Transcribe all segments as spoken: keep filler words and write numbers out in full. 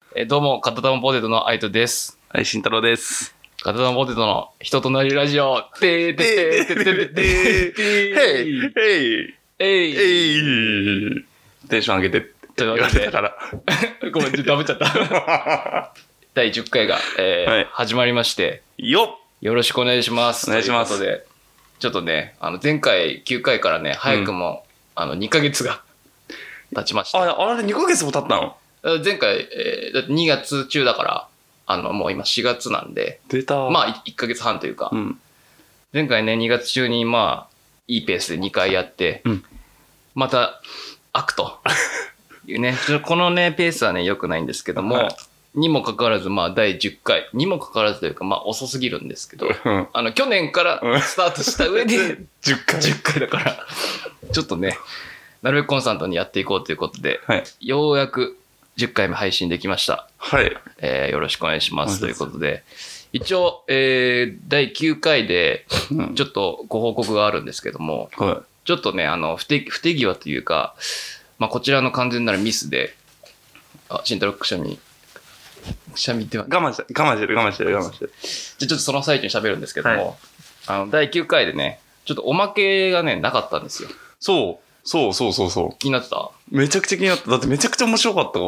えー、どうも、片玉ポテトのアイトです。 はい、慎太郎です。 片玉ポテトの人となりラジオ。てーてーてーてーてーてーてーてー。 へい、へい、 えい。 えい。テンション上げてって言われたから。 ごめん、ダブっちゃった。だいじゅっかいが、えーはい、始まりまして。 よっよろしくお願いします。 お願いします。 ということで、ちょっとね、あの前回きゅうかいからね、早くも、うん、あのにかげつが経ちました。 あ、あれにかげつも経ったの？ 前回、えー、だってにがつ中だから、あの、もう今しがつなんで。 出た。 まあ、いっかげつはんというか。 うん、 前回ね、にがつ中に、まあ、いいペースでにかいやって、うん、また、開くと。いうね。このね、ペースはね、良くないんですけども、はい、にもかかわらず、まあ、だいじゅっかい。にもかかわらずというか、まあ、遅すぎるんですけど、うん、あの、去年からスタートした上で、 じゅっかい。 じゅっかいだから、ちょっとね、なるべくコンスタントにやっていこうということで、はい、ようやくじゅっかいめ配信できました。 はい。 えー、よろしくお願いしますということで、一応、えー、だいきゅうかいでちょっとご報告があるんですけども、うん、ちょっとね、あの不手不手際というか、まあ、こちらの完全なるミスで、あ、慎太郎くしゃみくしゃみっては我慢して我慢してる我慢してる我慢してる。 じゃちょっとその最中に喋るんですけども、はい、あのだいきゅうかいでね、ちょっとおまけがねなかったんですよ。 そうそうそうそうそう。 気になってた？ めちゃくちゃ気になった。だってめちゃくちゃ面白かったから。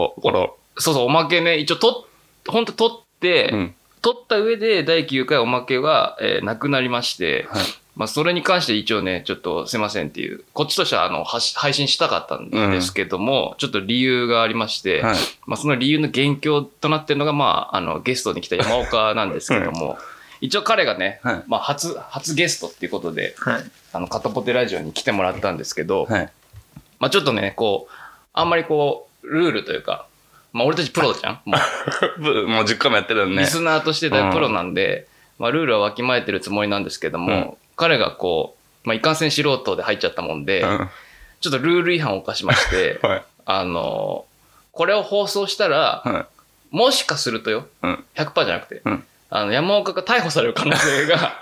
そうそう、おまけね、一応と、ほんと取って、うん、取った上でだいきゅうかいおまけは、えー、なくなりまして、はい、まあそれに関して一応ね、ちょっとすいませんっていう、こっちとしてはあの配信したかったんですけども、うん、ちょっと理由がありまして、はい、まあその理由の元凶となってるのが、まあ、あのゲストに来た山岡なんですけども、はい、一応彼がね、はい、まあ初、初ゲストっていうことで、はい、あの、片ポテラジオに来てもらったんですけど、はい、まあちょっとね、こう、あんまりこう、ルールというか、まあ俺たちプロじゃんもう。もうじゅっかいもやってるよね。 リスナーとしてだいぶプロなんで、うん、まあルールはわきまえてるつもりなんですけども、うん、彼がこう、まあいかんせん素人で入っちゃったもんで、うん、ちょっとルール違反を犯しまして、はい、あの、これを放送したら、はい、もしかするとよ、うん、ひゃくパーセント じゃなくて、うん、あの山岡が逮捕される可能性が、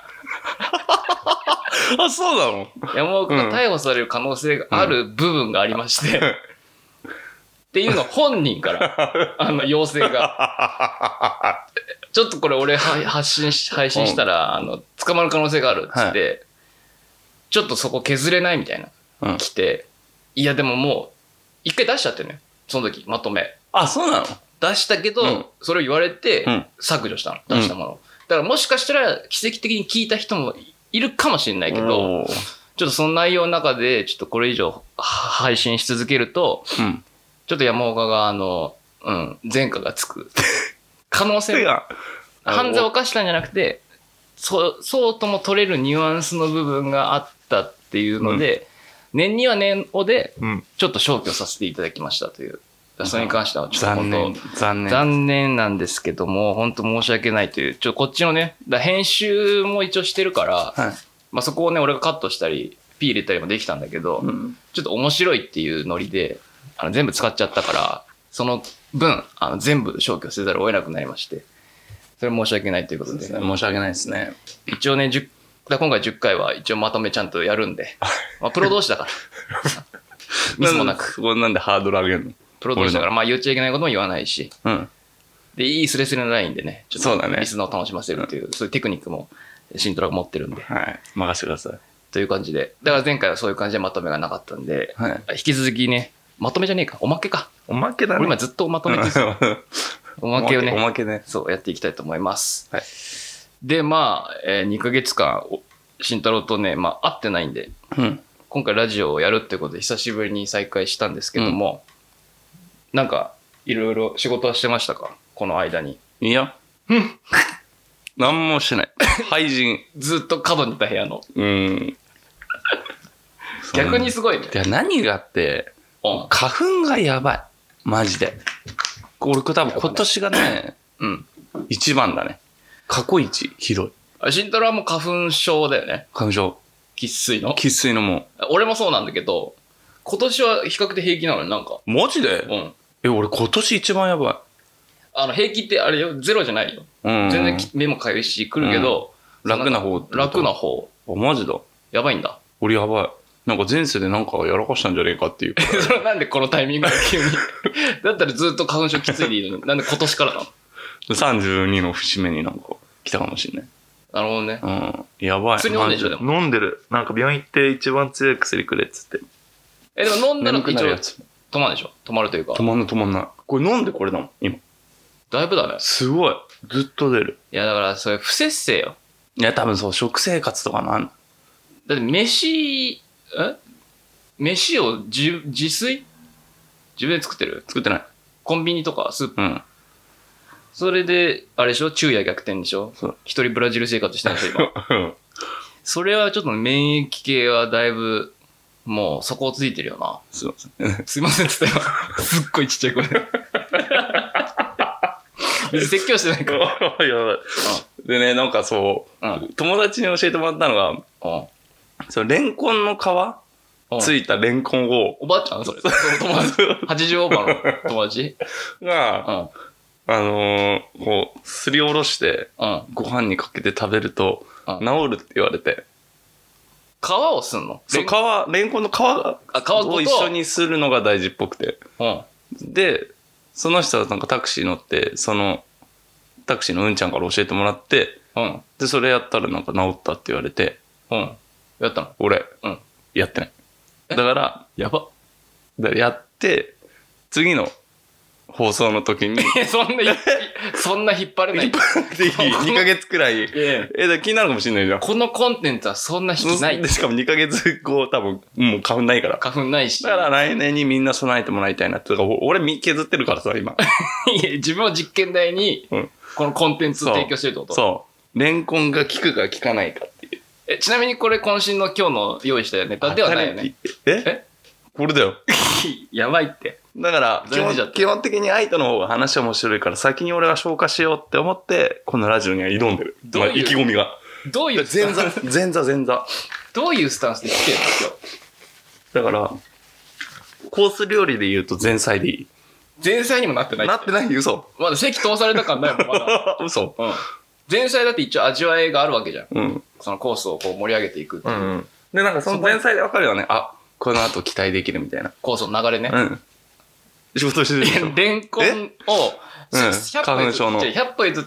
あ、そうなの？ 山岡が逮捕される可能性がある部分がありまして、うんっていうの本人からあの要請がちょっとこれ俺発信し配信したら、うん、あの捕まる可能性があるっつって、はい、ちょっとそこ削れないみたいな、うん、来て、いやでももう一回出しちゃってね、その時まとめ。 あ、そうなの？ 出したけど、うん、それを言われて、うん、削除したの、出したもの、うん、だからもしかしたら奇跡的に聞いた人もいるかもしれないけど、ちょっとその内容の中でちょっとこれ以上配信し続けると、うんちょっと山岡が、あの、うん、前科がつく可能性が、犯罪を犯したんじゃなくて、そう、そうとも取れるニュアンスの部分があったっていうので、うん、念には念をで、ちょっと消去させていただきましたという。うん、それに関しては、ちょっと本当、残念、残念。残念なんですけども、本当申し訳ないという、ちょっとこっちのね、だ編集も一応してるから、はい、まあそこをね、俺がカットしたり、P 入れたりもできたんだけど、うん、ちょっと面白いっていうノリで、あの全部使っちゃったから、その分あの全部消去せざるを得なくなりまして、それ申し訳ないということで、 でね、申し訳ないですね。 一応ね、今回じゅっかいは一応まとめちゃんとやるんで、まあ、プロ同士だからミスもなく。 そこなんでハードル上げるの？ プロ同士だからまあ言っちゃいけないことも言わないし、うん、でいいスレスレのラインでね、ちょっとリスナーを楽しませるっていう、そういうテクニックもシントラが持ってるんで、 はい、任せてくださいという感じで、だから前回はそういう感じでまとめがなかったんで、はい、引き続きね。まとめじゃねえか。おまけか。 おまけだね。 俺今ずっとまとめてる。おまけをね。 おまけね。 そう、やっていきたいと思います。はい。で、まあ、えー、にかげつかん、慎太郎とね、まあ、会ってないんで、うん、今回ラジオをやるってことで久しぶりに再会したんですけども、うん、なんか、いろいろ仕事はしてましたか？この間に。 いや。うん。何もしてない。廃人。 ずっと角にいた部屋の。 うん。 逆にすごいね。 いや、何があって、花粉がやばい。マジで。俺、多分今年がね、うん。一番だね。過去一、ひどい。 あ、慎太郎はもう花粉症だよね。 花粉症。 生粋の生粋のもう。俺もそうなんだけど、今年は比較的平気なのになんか。 マジで？ うん。 え、俺今年一番やばい。 あの、平気ってあれよ、ゼロじゃないよ。うん。全然目もかゆいし、来るけど、 うん、楽な方。 楽な方。 あ、マジだ。 やばいんだ。 俺やばい。 なんか前世でなんかやらかしたんじゃねえかっていう。 それなんでこのタイミングで急にだったらずっと花粉症きついでいいのになんで今年からなの？ さんじゅうにの節目になんか来たかもしれない。 なるほどね。 うん。やばい。 薬飲んでんでしょでも。 飲んでる。なんか病院行って一番強い薬くれっつって。 え、でも飲んだら一応眠くなるやつ。 止まるでしょ？止まるというか。 止まんない止まんない。これ飲んでこれだもん、今。 だいぶだね。 すごい。ずっと出る。 いやだからそれ不節制よ。 いや、多分そう、食生活とかもあんの。 だって飯、え飯を自自炊自分で作ってる？ 作ってない。 コンビニとかスープ。 うん。 それで、あれでしょ？昼夜逆転でしょ？ そう。 一人ブラジル生活してるんでしょ、今。それはちょっと免疫系はだいぶ、もう底をついてるよな。 すいません。 すいませんって言ったよ。すっごいちっちゃい声で。別に説教してないから。 やばい。でね、なんかそう、 うん、 友達に教えてもらったのが、 うん、 そのレンコンの皮、 うん、 ついたレンコンを、 おばあちゃんそれ。その友達。はちじゅうオーバーの友達が、 うん、 あのー、こう、すりおろして、 うん、 ご飯にかけて食べると、 うん、 治るって言われて。 皮をすんの？ そう、皮、レンコンの皮を一緒にするのが大事っぽくて。 うん、 で、その人はなんかタクシー乗って、その、タクシーのうんちゃんから教えてもらって、 うん、 で、それやったらなんか治ったって言われて、 うん、やったの？ 俺、 うん、 やってない。だから、 やば。 だからやって、次の放送の時に。 そんな、そんな引っ張れない。 引っ張っていい ?に ヶ月くらい。え、だから気になるかもしれないじゃん。 このコンテンツはそんな引きない。 で、しかもにかげつご多分、もう花粉ないから。 花粉ないし。 だから来年にみんな備えてもらいたいなって。俺身削ってるからさ、今。 いや、自分を実験台に、このコンテンツを提供してるってこと？ そう。そう。レンコンが効くか効かないかっていう。 え、ちなみにこれ渾身の今日の用意したネタではないよね。 ええこれだよ。 やばいって。 だから基本、基本的にアイトの方が話面白いから先に俺は消化しようって思って、このラジオには挑んでる。どういう、まあ、意気込みが。 どういう前座、前座、前座。 どういうスタンスで来てるんですよ。 だから、コース料理で言うと前菜でいい。 前菜にもなってない。 なってない嘘。 まだ席通された感ないもん、まだ。 嘘。 うん。前菜だって一応味わいがあるわけじゃん。 うん。 そのコースをこう盛り上げていくっていう。うんうん、 で、なんかその前菜でわかるよね。あ、この後期待できるみたいな。 コースの流れね。 うん。仕事してるでしょ。 レンコンを、 うん、花粉症の。 ひゃっぽ譲って、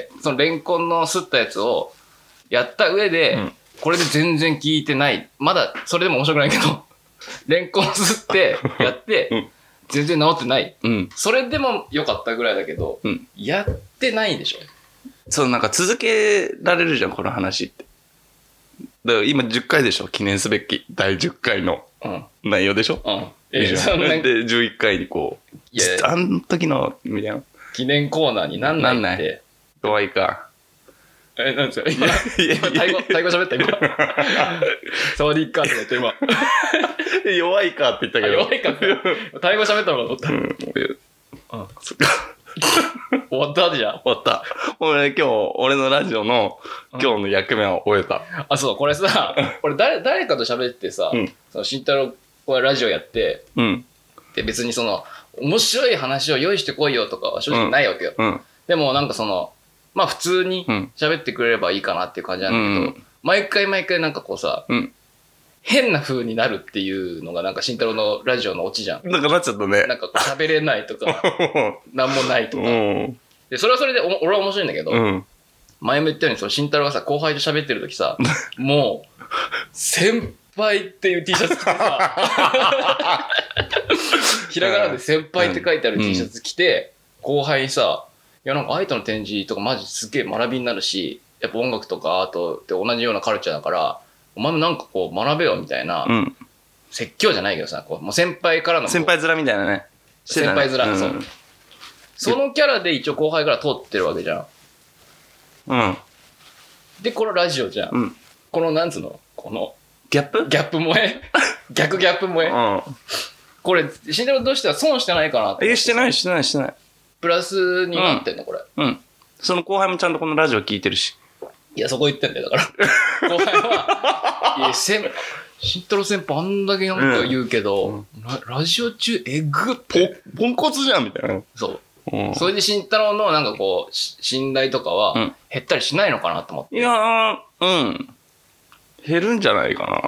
そのレンコンのすったやつをやった上で、うん、これで全然効いてない。まだ、それでも面白くないけど、レンコンすってやって、うん、全然治ってない。うん。それでも良かったぐらいだけど、うん、やってないんでしょ。 そう、なんか続けられるじゃん、この話って。だから今じゅっかいでしょ、記念すべきだいじゅっかいの内容でしょ。うん。いいじゃん。で、じゅういっかいにこう、いやあの時の、みたいな。 記念コーナーになんないって。なんない。 弱いか。 え、なんですか今、今、タイ語、タイ語喋った今。サワディーカーって言った今。弱いかって言ったけど。 弱いかって。タイ語喋ったのかと思った。うん。うん。そっか。終わったじゃん。 終わった。俺今日、俺のラジオの今日の役目を終えた。 あ、そう、これさ、俺誰、誰かと喋ってさ、うん、その慎太郎これラジオやって、うん、で別にその、面白い話を用意してこいよとかは正直ないわけよ。うん、でもなんかその、まあ普通に喋ってくれればいいかなっていう感じなんだけど、うん、毎回毎回なんかこうさ、うん、変な風になるっていうのがなんか慎太郎のラジオのオチじゃん。 なんかなっちゃったね。 なんかこう喋れないとか、なんもないとか。で、それはそれでお俺は面白いんだけど、うん、前も言ったようにその慎太郎がさ、後輩と喋ってる時さ、もう、先輩っていう T シャツ着てさ、ひらがなで先輩って書いてある T シャツ着て、後輩にさ、いやなんかアイトの展示とかマジすげえ学びになるし、やっぱ音楽とかアートって同じようなカルチャーだから、お前もなんかこう学べよみたいな、うん、説教じゃないけどさ、こうもう先輩からの先輩面みたいなね。 先輩面、うん、そう。そのキャラで一応後輩から通ってるわけじゃん。うん。で、このラジオじゃん。うん、このなんつうのこの、 ギャップギャップ萌え逆ギャップ萌え、うん、これ、慎太郎としては損してないかなって。 え、してない、してない、してない。 プラスになってんの、これ。 うん。その後輩もちゃんとこのラジオ聞いてるし。 いや、そこ言ってんだよ、だから。後輩は、いや、せん、慎太郎先輩あんだけなんか言うけど、うんラ、ラジオ中えぐって。 ポンコツじゃん、みたいな。 そう。うん、それで慎太郎のなんかこう、信頼とかは、減ったりしないのかなと思って。 いやー、うん。減るんじゃないかな。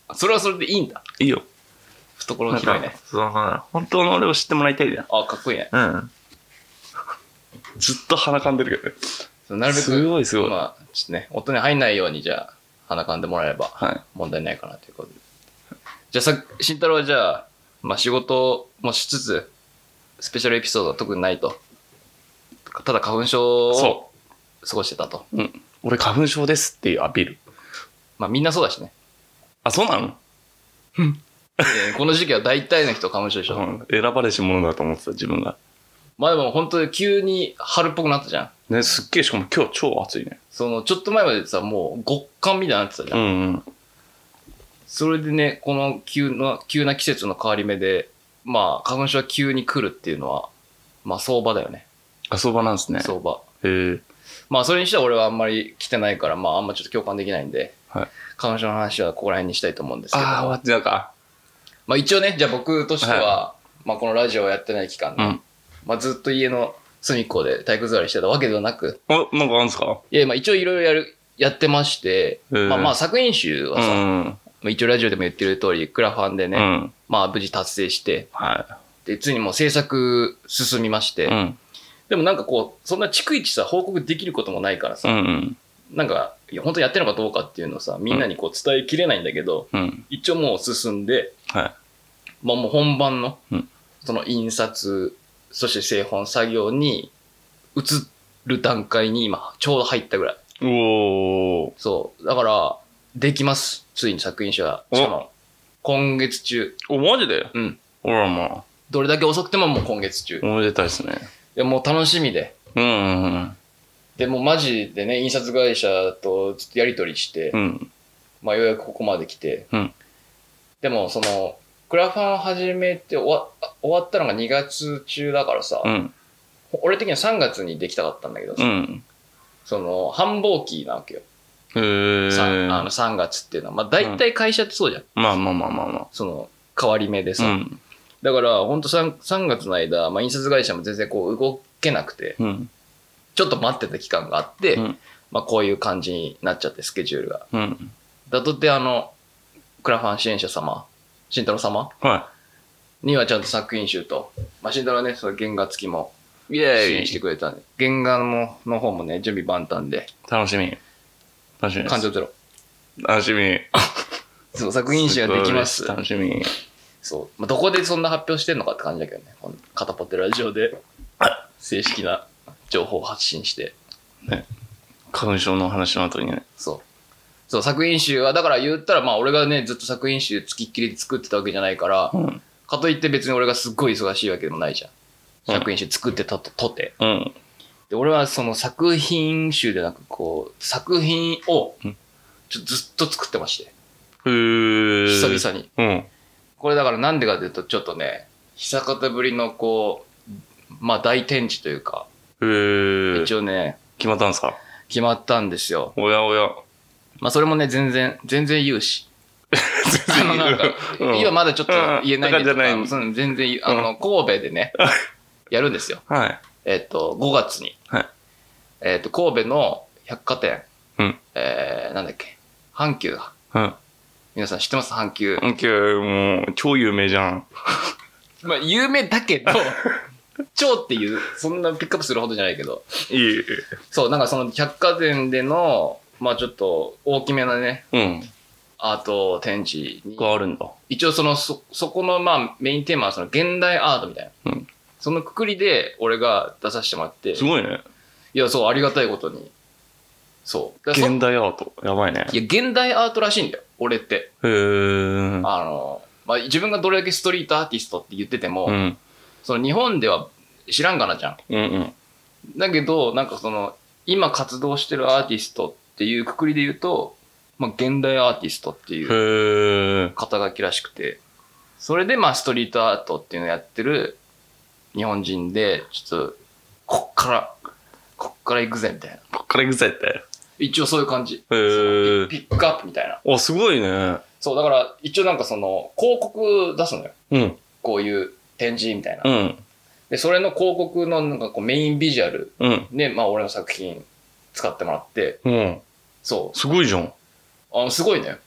それはそれでいいんだ。 いいよ。 懐が広いね。 その、 本当の俺を知ってもらいたいじゃん。 あ、かっこいいね。 うん。 ずっと鼻かんでるけどね。 なるべく、 すごいすごい。 まあ、ちょっとね、音に入んないように、じゃあ、鼻かんでもらえれば、 はい。 問題ないかなということで。じゃあさ、慎太郎はじゃあ、まあ仕事もしつつ、スペシャルエピソードは特にないと。ただ花粉症を過ごしてたと。 う。うん。俺花粉症ですっていうアピール。 まあみんなそうだしね。 あ、そうなの？ えーこの時期は大体の人花粉症でしょ。 うん。選ばれし者だと思ってた、自分が。 まあでも本当に急に春っぽくなったじゃん。 ね、すっげえ、しかも今日超暑いね。 その、ちょっと前までさ、もう極寒みたいになってたじゃん。 うんうん。 それでね、この急な、急な季節の変わり目で、まあ花粉症は急に来るっていうのは、まあ相場だよね。 あ、相場なんですね。 相場。 へえ。 まあそれにしては俺はあんまり来てないから、まああんまちょっと共感できないんで、 はい。 花粉症の話はここら辺にしたいと思うんですけど。 ああ、終わってたか。 まあ一応ね、じゃあ僕としては、まあこのラジオをやってない期間ね、 うん。 まあずっと家の隅っこで体育座りしてたわけではなく、 あ、なんかあるんですか？ いや、まあ一応いろいろやる、やってまして、 へーまあまあ作品集はうさ、 ん。 まあ一応ラジオでも言ってる通り、クラファンでね、 うん。 まあ無事達成して、 はで、ついにもう制作進みまして、 い。うん。 でもなんかこう、そんな逐一さ、報告できることもないからさ、 うんうん。 なんか、いや本当にやってるのかどうかっていうのをさ、みんなにこう伝えきれないんだけど、 うん。 一応もう進んで、 はい。 まあもう本番のうん、 その印刷、そして製本作業に移る段階に今ちょうど入ったぐらい。 おー。 そう。だから、できます。ついに作品集は。しかも、今月中。 お、マジで？ うん。 ほらまどれだけ遅くてももう今月中。 あ。おめでたいですね。 でもう楽しみで。 うんうんで、もうマジでね、印刷会社とずっとやり取りして、 うん。うん。 まあようやくここまで来て。 うんでもその、クラファン始めて終わ終わったのがにがつ中だからさ、 うん。 俺的にはさんがつにできたかったんだけどさ、 うん。 その、繁忙期なわけよ。 へー。 さあのさんがつっていうのは。まあ大体会社ってそうじゃん。 まあまあまあまあまその、変わり目であ。 さ。 うん。 だから、ほんと 3, さんがつの間、まあ印刷会社も全然こう動けなくて、 うん。 ちょっと待ってた期間があって、 うん。 まあこういう感じになっちゃって、スケジュールが。 うん。 だとってあの、クラファン支援者様、慎太郎様はにはちゃんと作品集と、まあ慎太郎はね、その原画付きもい。イェ支援してーイ。 くれたんで、原画のの方もね、準備万端で、 楽しみ。楽しみです。 感情ゼロ。 楽しみ。 そう、作品集ができます。 楽しみ。 そう。まあ、どこでそんな発表してんのかって感じだけどね。この肩ポテラジオで、正式な情報を発信して。 ね。花粉症の話の後にね。 そう。そう、作品集は、だから言ったら、まあ俺がね、ずっと作品集付きっきりで作ってたわけじゃないから、 うん。 かといって別に俺がすっごい忙しいわけでもないじゃん。 うん作品集作ってたととて。 うん。 で、俺はその作品集でなく、こう、作品をうん、 ちょっとずっと作ってまして。 へー。 久々に。 うん。 これだからなんでかというと、ちょっとね、久方ぶりのこう、まあ大展示というか、 へー。 一応ね、 決まったんですか？ 決まったんですよ。 おやおや。 まあそれもね、全然、全然言うし。あのなんか、 うん今まだちょっと言えないんでとか、 うんだからじゃないその全然言う、あの、神戸でね、やるんですよ。 はい。 えっと、ごがつに。 はい。 えっと、神戸の百貨店。 うん。 えー、なんだっけ。阪急だ。 うん。 皆さん知ってます阪急。 今日もう、超有名じゃん。 まあ、有名だけど、超っていう、そんなピックアップするほどじゃないけど。 いい。 そう、なんかその百貨店での、まあちょっと大きめなね、 うん。 アート展示に。 があるんだ。 一応その、そ、そこのまあメインテーマはその現代アートみたいな。 うん。 そのくくりで俺が出させてもらって。 すごいね。 いや、そう、ありがたいことに。そう。だからそ現代アート。やばいね。 いや、現代アートらしいんだよ、俺って。 へー。 あの、まあ自分がどれだけストリートアーティストって言ってても、 うん。 その日本では知らんがなじゃん。 うんうん。 だけど、なんかその、今活動してるアーティストっていうくくりで言うと、まあ現代アーティストっていうへー。 肩書きらしくて、それでまあストリートアートっていうのをやってる日本人で、ちょっと、こっから、こっから行くぜみたいな。 こっから行くぜって。 一応そういう感じ。 へー。 ピックアップみたいな。 あ、すごいね。 そう、だから一応なんかその、広告出すのよ。 うん。 こういう展示みたいな。 うん。 で、それの広告のなんかこうメインビジュアルうん。 で、まあ俺の作品使ってもらって、 うん。 そう。 すごいじゃん。 あの、すごいね。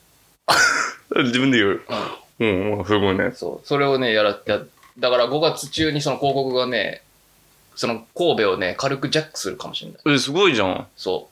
自分で言う。うん、うん、すごいね。 そう。それをね、やらって、だからごがつ中にその広告がね、その神戸をね、軽くジャックするかもしれない。 え、すごいじゃん。 そう。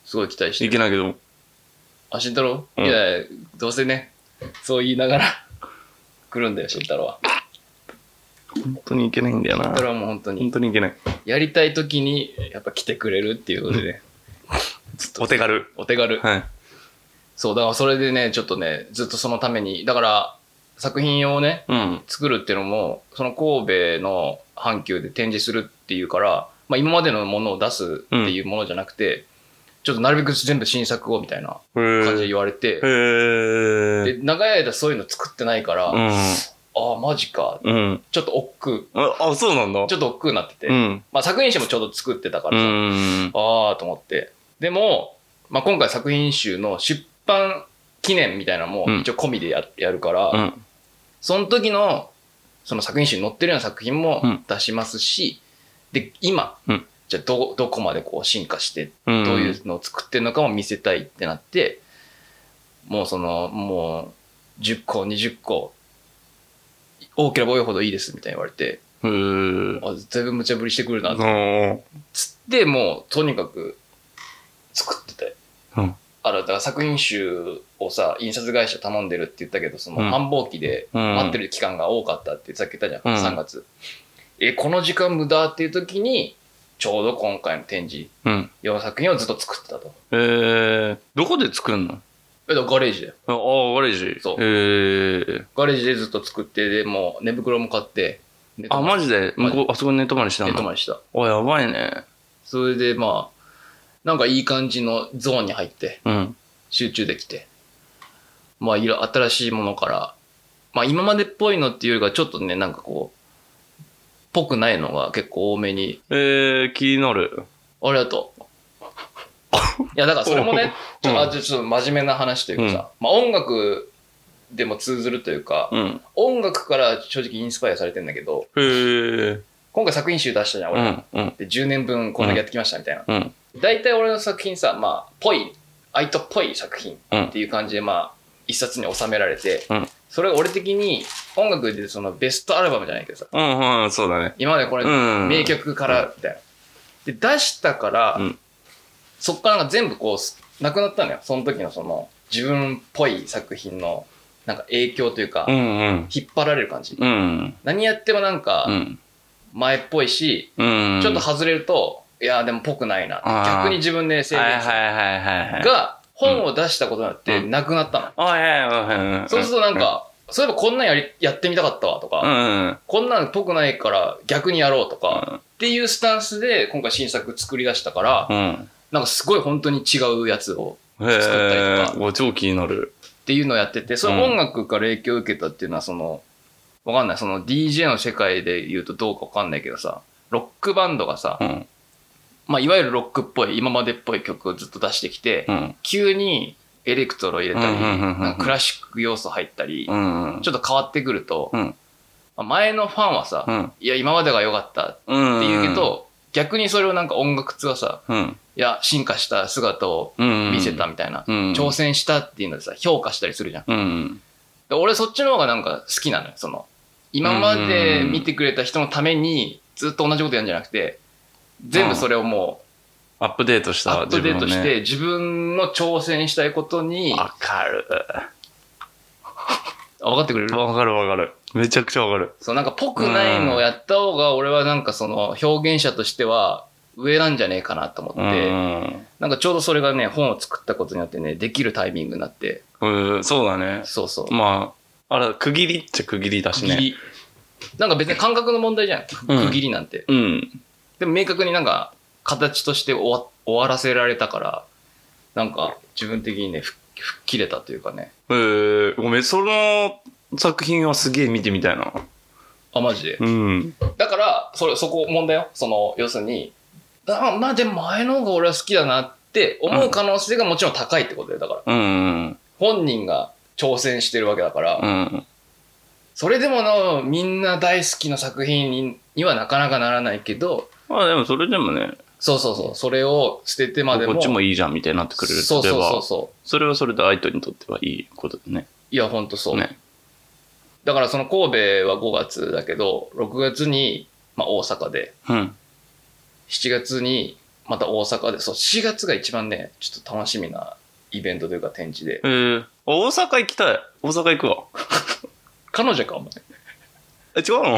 すごい期待してる。 いけないけど。 あ、慎太郎、うん、いや、どうせね、そう言いながら来るんだよ、慎太郎は。 本当にいけないんだよな。 慎太郎はもう本当に。 本当にいけない。 やりたい時に、やっぱ来てくれるっていうことでね。 ずっとお手軽。 お手軽。 はい。 そう、だからそれでね、ちょっとね、ずっとそのために、だから作品をね、うん、作るっていうのも、その神戸の阪急で展示するっていうから、まあ今までのものを出すっていうものじゃなくて、うん、ちょっとなるべく全部新作をみたいな感じで言われて、で長い間そういうの作ってないから、うん、ああ、マジか、うん、ちょっと億劫。 ああ、そうなんだ。 ちょっと億劫になってて、うん、まあ作品集もちょうど作ってたからさ、うん、ああと思って。でも、まあ今回作品集の出版記念みたいなのも一応込みで や,、やるから、うん、その時のその作品集に載ってるような作品も出しますし、うん、で今、うん、じゃあ ど, どこまでこう進化してどういうのを作ってるのかも見せたいってなって、もうそのもうじゅっこにじゅっこ多ければ多いほどいいですみたいに言われて、へー、あ、だいぶ無茶ぶりしてくるなってつってもうとにかく作ってて、うん、あらだから作品集をさ印刷会社頼んでるって言ったけど、その繁忙期で待ってる期間が多かったってさっき言ったじゃん、うん、さんがつ。えこの時間無駄っていう時にちょうど今回の展示用の作品をずっと作ってたと。 えー、どこで作るの？ えだガレージだよ。 ああ、ガレージ。 そう。えー、ガレージでずっと作って、でもう寝袋も買って。 あ、マジで向こう、あそこに寝泊まりしたの？ 寝泊まりした。 あ、やばいね。 それでまあ、なんかいい感じのゾーンに入って、うん、集中できて。まあ、いろ、新しいものから、まあ今までっぽいのっていうよりかちょっとね、なんかこう、ぽくないのが結構多めに。 えー、気になる。 ありがとう。いや、だからそれもね、ちょっと、うん、ちょっと真面目な話というかさ、うん、まあ音楽でも通ずるというか、うん、音楽から正直インスパイアされてんだけど、へー、今回作品集出したじゃん、俺、うんうん、でじゅうねんぶんこんだけやってきましたみたいな。うん、大体俺の作品さ、まあ、ぽい、アイトっぽい作品っていう感じで、まあ、一冊に収められて、うん、それが俺的に音楽でそのベストアルバムじゃないけどさ、 うんうん、そうだね。 今までこれ、名曲からみたいな。で、出したから、うん、そっからなんか全部こう、なくなったのよ。その時のその、自分っぽい作品の、なんか影響というか、うんうん、引っ張られる感じ。うん、何やってもなんか、前っぽいし、うんうん、ちょっと外れると、いや、でもぽくないな。逆に自分で制限してが、本を出したことによってなくなったの。そうするとなんか、そういえばこんなんやりやってみたかったわとか、うんうん、こんなんっぽくないから逆にやろうとか、うん、っていうスタンスで今回新作作り出したから、うん、なんかすごい本当に違うやつを作ったりとか、 超気になるっていうのをやってて、その音楽から影響を受けたっていうのはその、わかんない、その ディージェー の世界で言うとどうかわかんないけどさ、ロックバンドがさ、うん、まあいわゆるロックっぽい今までっぽい曲をずっと出してきて、うん、急にエレクトロ入れたり、クラシック要素入ったり、うんうん、ちょっと変わってくると、うん、前のファンはさ、うん、いや今までが良かったって言うけど、うんうん、逆にそれをなんか音楽通はさ、うん、いや進化した姿を見せたみたいな、うんうん、挑戦したっていうのでさ評価したりするじゃん。うんうん、で俺そっちの方がなんか好きなのよ。その今まで見てくれた人のためにずっと同じことやるんじゃなくて、全部それをもう、 アップデートしたアップデートして、自分の挑戦したいことに。 わかる。 分かってくれる？ わかるわかる。めちゃくちゃわかる。 そう、なんかぽくないのをやった方が、俺はなんかその表現者としては上なんじゃねえかなと思って、んなんかちょうどそれがね、本を作ったことによってね、できるタイミングになって。 うん、そうだね。 そうそう。 まあ、あら、区切りっちゃ区切りだしね。区切り。 なんか別に感覚の問題じゃん。区切りなんて。うん。でも明確になんか形として終 わ, 終わらせられたから、なんか自分的にね、吹っ切れたというかね。 えー、ごめん、その作品はすげえ見てみたいな。 あ、マジで？うん。だから、それ、そこ問題よ。その、要するに、あまあでも前の方が俺は好きだなって思う可能性がもちろん高いってことだよ。だから。うんうん。本人が挑戦してるわけだから。うん。それでもの、みんな大好きな作品ににはなかなかならないけど、 まあでもそれでもね、 そうそうそう。それを捨ててまでも。 こっちもいいじゃんみたいになってくれる。 そうそうそうそう。 それはそれで相手にとってはいいことだね。 いや、ほんとそう。 ね。 だからその神戸はごがつだけど、ろくがつに、まあ、大阪で、 うん、 しちがつにまた大阪で、そう、しがつが一番ね、ちょっと楽しみなイベントというか展示で。 えー、大阪行きたい。大阪行くわ。 彼女か、お前。 え、違うの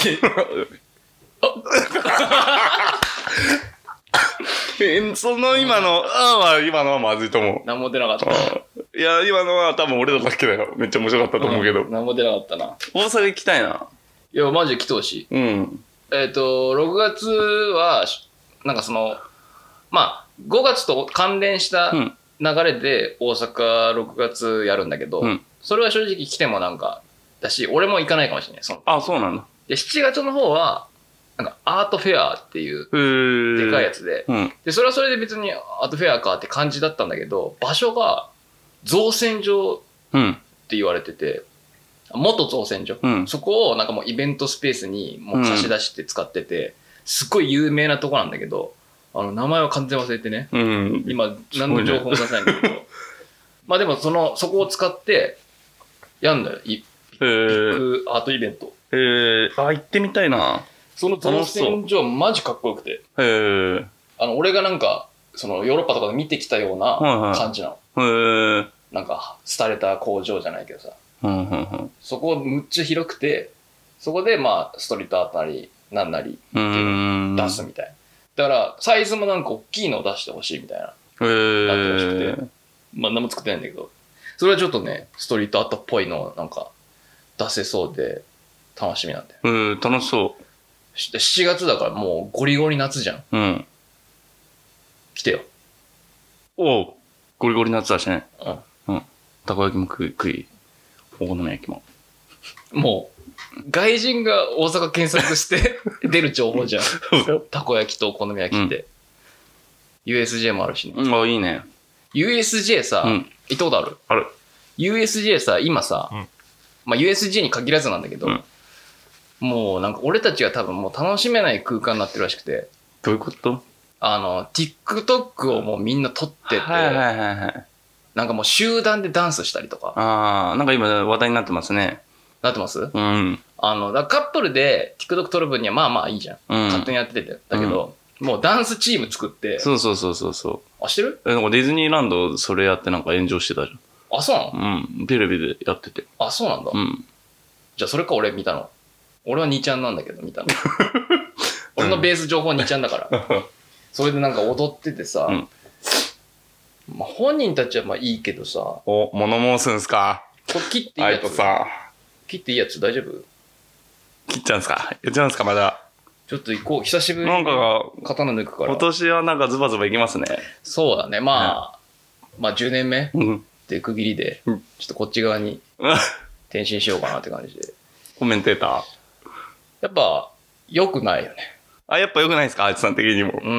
え、その今の、ああは今のはまずいと思う。 何も出なかった。 いや、今のは多分俺らだけだよ。めっちゃ面白かったと思うけど。 うん、何も出なかったな。 大阪行きたいな。 いや、マジで来てほしい。 うん。 えっ、ー、と、ろくがつは、なんかその、まあ、ごがつと関連した流れで大阪ろくがつやるんだけど、うん、それは正直来てもなんか、だし、俺も行かないかもしれない。そのあ、そうなんだ。 で、しちがつの方は、なんかアートフェアっていうでかいやつで、うん、でそれはそれで別にアートフェアかって感じだったんだけど、場所が造船所って言われてて、うん、元造船所、うん、そこをなんかもうイベントスペースにもう貸し出して使ってて、すっごい有名なとこなんだけど、あの名前は完全忘れてね、うん、今何の情報も出さないんだけどまあでもそのそこを使ってやんだよ、ビッグアートイベント。 へえ、あ、行ってみたいな。 その造船所マジかっこよくて、へえ、 あの俺がなんかそのヨーロッパとかで見てきたような感じなの、はいはい、へえ、なんか廃れた工場じゃないけどさ、うんうんうん、そこむっちゃ広くて、そこでまあストリートアートなりなんなりっていうのを出すみたい。だからサイズもなんか大きいのを出してほしいみたいな、へえ、なってほしくて、まあ何も作ってないんだけど、それはちょっとねストリートアートっぽいのをなんか出せそうで楽しみなんだよ。 うん、楽しそう。 しちがつだからもうゴリゴリ夏じゃん。うん。来てよ。 おう。ゴリゴリ夏だしね。うん。うん。たこ焼きも食い、食い。お好み焼きも。 もう、外人が大阪検索して出る情報じゃん。たこ焼きとお好み焼きって。うん、ユーエスジェー もあるしね。 うん、あ、いいね。 ユーエスジェー さ、うん、行ったことある？ ある。 ユーエスジェー さ、今さ、うん、まあ ユーエスジェー に限らずなんだけど、うん、もうなんか俺たちが多分もう楽しめない空間になってるらしくて。 どういうこと？ あの TikTok をもうみんな撮ってて、はいはいはいはい、なんかもう集団でダンスしたりとか。 ああ、なんか今話題になってますね。 なってます？ うん。 あのだカップルで TikTok 撮る分にはまあまあいいじゃん。うん、勝手にやっててだけど、うん、もうダンスチーム作って。 そうそうそうそうそう。 あ、してる？ え、なんかディズニーランドそれやってなんか炎上してたじゃん。 あ、そうなの？ うん。テレビでやってて。 あ、そうなんだ。うん。じゃあそれか俺見たの。俺はにちゃんなんだけど見たの。俺のベース情報にちゃんだから。それでなんか踊っててさ、うん、まあ、本人たちはまあいいけどさ。 お、物申すんすか？ これ切っていいやつ？ あいとさ。 切っていいやつ大丈夫？ 切っちゃうんすか？やっちゃうんすかまだ。 ちょっと行こう。久しぶりになんか刀抜くから。 今年はなんかズバズバいきますね。 そうだね。まあ、うん、まあじゅうねんめって区切りで、うん、ちょっとこっち側に転身しようかなって感じで。 コメンテーター。 やっぱ、良くないよね。 あ、やっぱ良くないですか？あいつさん的にも。 うん。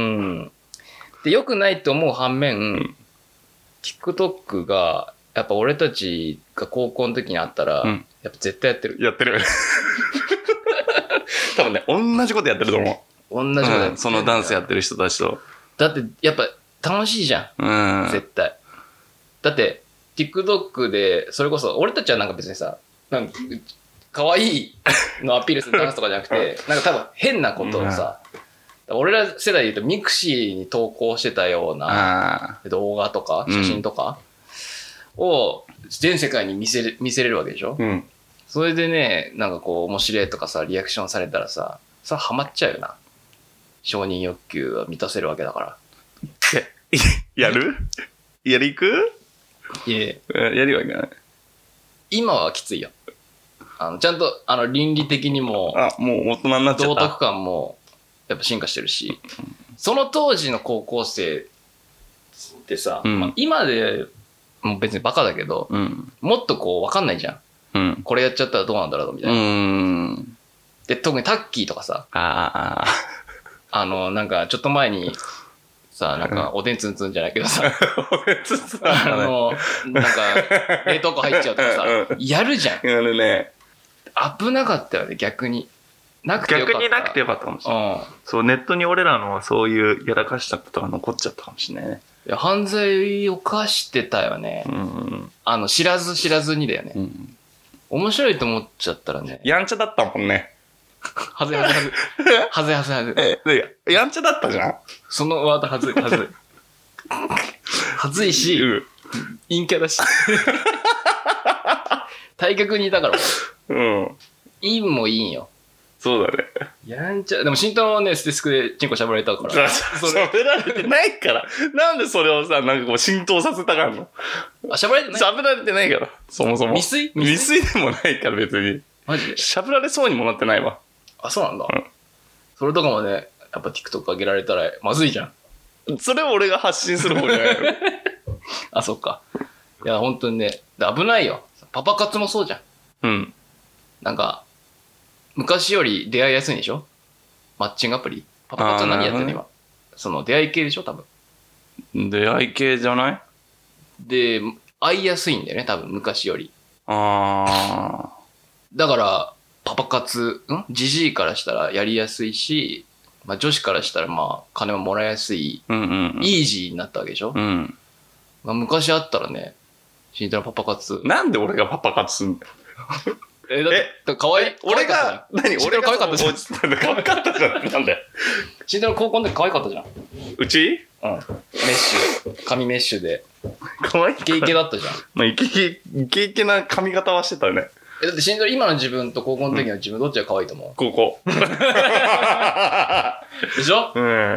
で、良くないと思う反面、うん、TikTok が、やっぱ俺たちが高校の時にあったら、うん、やっぱ絶対やってる。 やってる。多分ね、同じことやってると思う。同じことやってる、 うん。そのダンスやってる人たちと。 だって、やっぱ楽しいじゃん。うん。絶対。だって、TikTok で、それこそ、俺たちはなんか別にさ、なんか、可愛いのアピールするダンスとかじゃなくて、なんか多分変なことをさ、うん、俺ら世代で言うとミクシーに投稿してたような動画とか写真とかを全世界に見せれ、見せれるわけでしょ、うん、それでね、なんかこう面白いとかさ、リアクションされたらさ、それハマっちゃうよな。承認欲求は満たせるわけだから。 やる？やり行く？ いえ。 やりはいかない。 今はきついよ。あのちゃんとあの倫理的にも、 あ、もう大人になっちゃった。 道徳感もやっぱ進化してるし、その当時の高校生ってさ、うん、まあ、今でも別にバカだけど、うん、もっとこう分かんないじゃん、うん、これやっちゃったらどうなんだろうみたいな。うん、で特にタッキーとかさ、ああのなんかちょっと前にさ、なんかおでんつんつんじゃないけどさ、おでんつんつんあのなんか冷凍庫入っちゃうとかさ、やるじゃん。 やるね。 危なかったよね、逆に。 なくてよかった。 逆になくてよかったかもしれない。 うん。 そう、ネットに俺らのそういうやらかしたことが残っちゃったかもしれないね。 いや、犯罪を犯してたよね。 うん。 あの、知らず知らずにだよね。 うん。 面白いと思っちゃったらね。 やんちゃだったもんね。 はずいはずいはずい。はずいはずいはずい。 え、で、やんちゃだったじゃん。 そのワードはずいはずい。はずいし、 うん。 陰キャだし。対極にいたから。 うん。 陰もいいんよ。 そうだね。 やんちゃ、でも慎太郎はね、ステスクでチンコしゃぶられたから。 喋られてないから。なんでそれをさ、なんかこう浸透させたがるの？ あ、しゃぶられてない？ 喋られてないから。そもそも。 未遂未遂でもないから別に。 マジで？ しゃぶられそうにもなってないわ。 あ、そうなんだ。 うん。 それとかもね、やっぱ TikTok 上げられたらまずいじゃん。 それを俺が発信する方じゃないの。 あ、そっか。いや、本当にね、危ないよ。パパ活もそうじゃん。 うん。 なんか、昔より出会いやすいんでしょ？マッチングアプリ。パパ活は何やってんの今。その出会い系でしょ多分。 出会い系じゃない？ で、会いやすいんだよね多分昔より。 あだから、パパ活、んジジイからしたらやりやすいし、まあ女子からしたらまあ金ももらいやすい、 ー。うんうんうん。 イージーになったわけでしょ？ うん。 まあ昔あったらね、慎太郎パパ活。 なんで俺がパパ活すんだよ。 え、だって、だ可愛い。 俺が、何俺が可愛かったじゃん。 可愛かったじゃん。なんで慎太郎高校の時可愛かったじゃん。 うちうん。メッシュ、髪メッシュで。 可愛いイケイケだったじゃん。 まあ、イケイケ、イケイケな髪型はしてたよね。 え、だって慎太郎今の自分と高校の時の自分どっちが可愛いと思う？ ここ。 でしょ？ うん。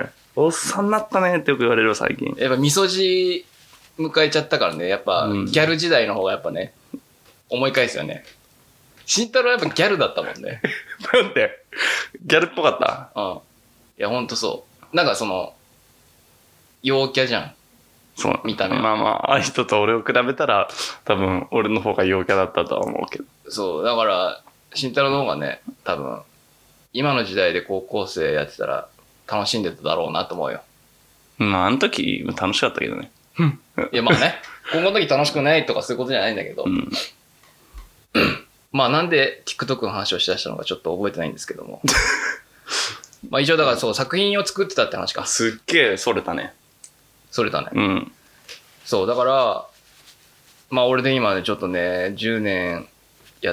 おっさんになったねってよく言われるよ、最近。 やっぱみそじ迎えちゃったからね、やっぱ、 うんギャル時代の方がやっぱね、思い返すよね。慎太郎はやっぱギャルだったもんね。 なんでギャルっぽかった？ うん。いや、ほんとそう。なんかその、陽キャじゃん。 そう。 見た目まあまあ、ああいう人と俺を比べたら、多分俺の方が陽キャだったとは思うけど。 そう。だから、慎太郎の方がね、多分、今の時代で高校生やってたら楽しんでただろうなと思うよ。 まあ、あの時楽しかったけどね。 いや、まあね、高校の時楽しくないとかそういうことじゃないんだけど、 うん。 まあなんで TikTok の話をしだしたのかちょっと覚えてないんですけども。まあ一応だからそう、作品を作ってたって話か。 すっげえそれたね。 それだね。 うん。 そう、だから、まあ俺で今ね、ちょっとね、じゅうねんやって、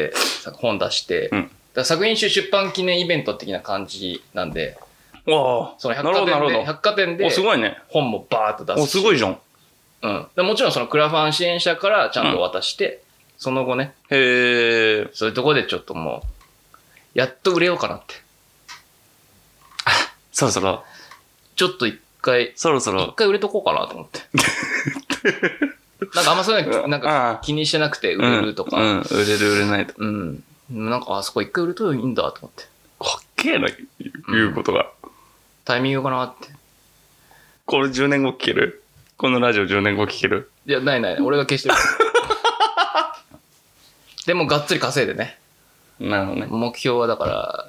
本出して、 うん、 だから作品集出版記念イベント的な感じなんで、 わあ、 その百貨店で、百貨店でお、すごいね。 本もバーっと出す。 お、すごいじゃん。 うん。でもちろんそのクラファン支援者からちゃんと渡して、うん、その後ね、 へえ。 そういうところでちょっともう、やっと売れようかなって。 あ、そろそろ。 ちょっと一回、 そろそろ。 一回売れとこうかなと思って。なんかあんまそういうのなんか気にしてなくて売れるとか。 うん、うん、売れる売れないとか。 うん。なんかあそこ一回売るといいんだと思って。 かっけえな、言うことが。うん、 タイミングかなって。 これじゅうねんご聞ける？このラジオじゅうねんご聞ける？ いや、ないない。俺が消してる。でもがっつり稼いでね。 なるほどね。 目標はだから、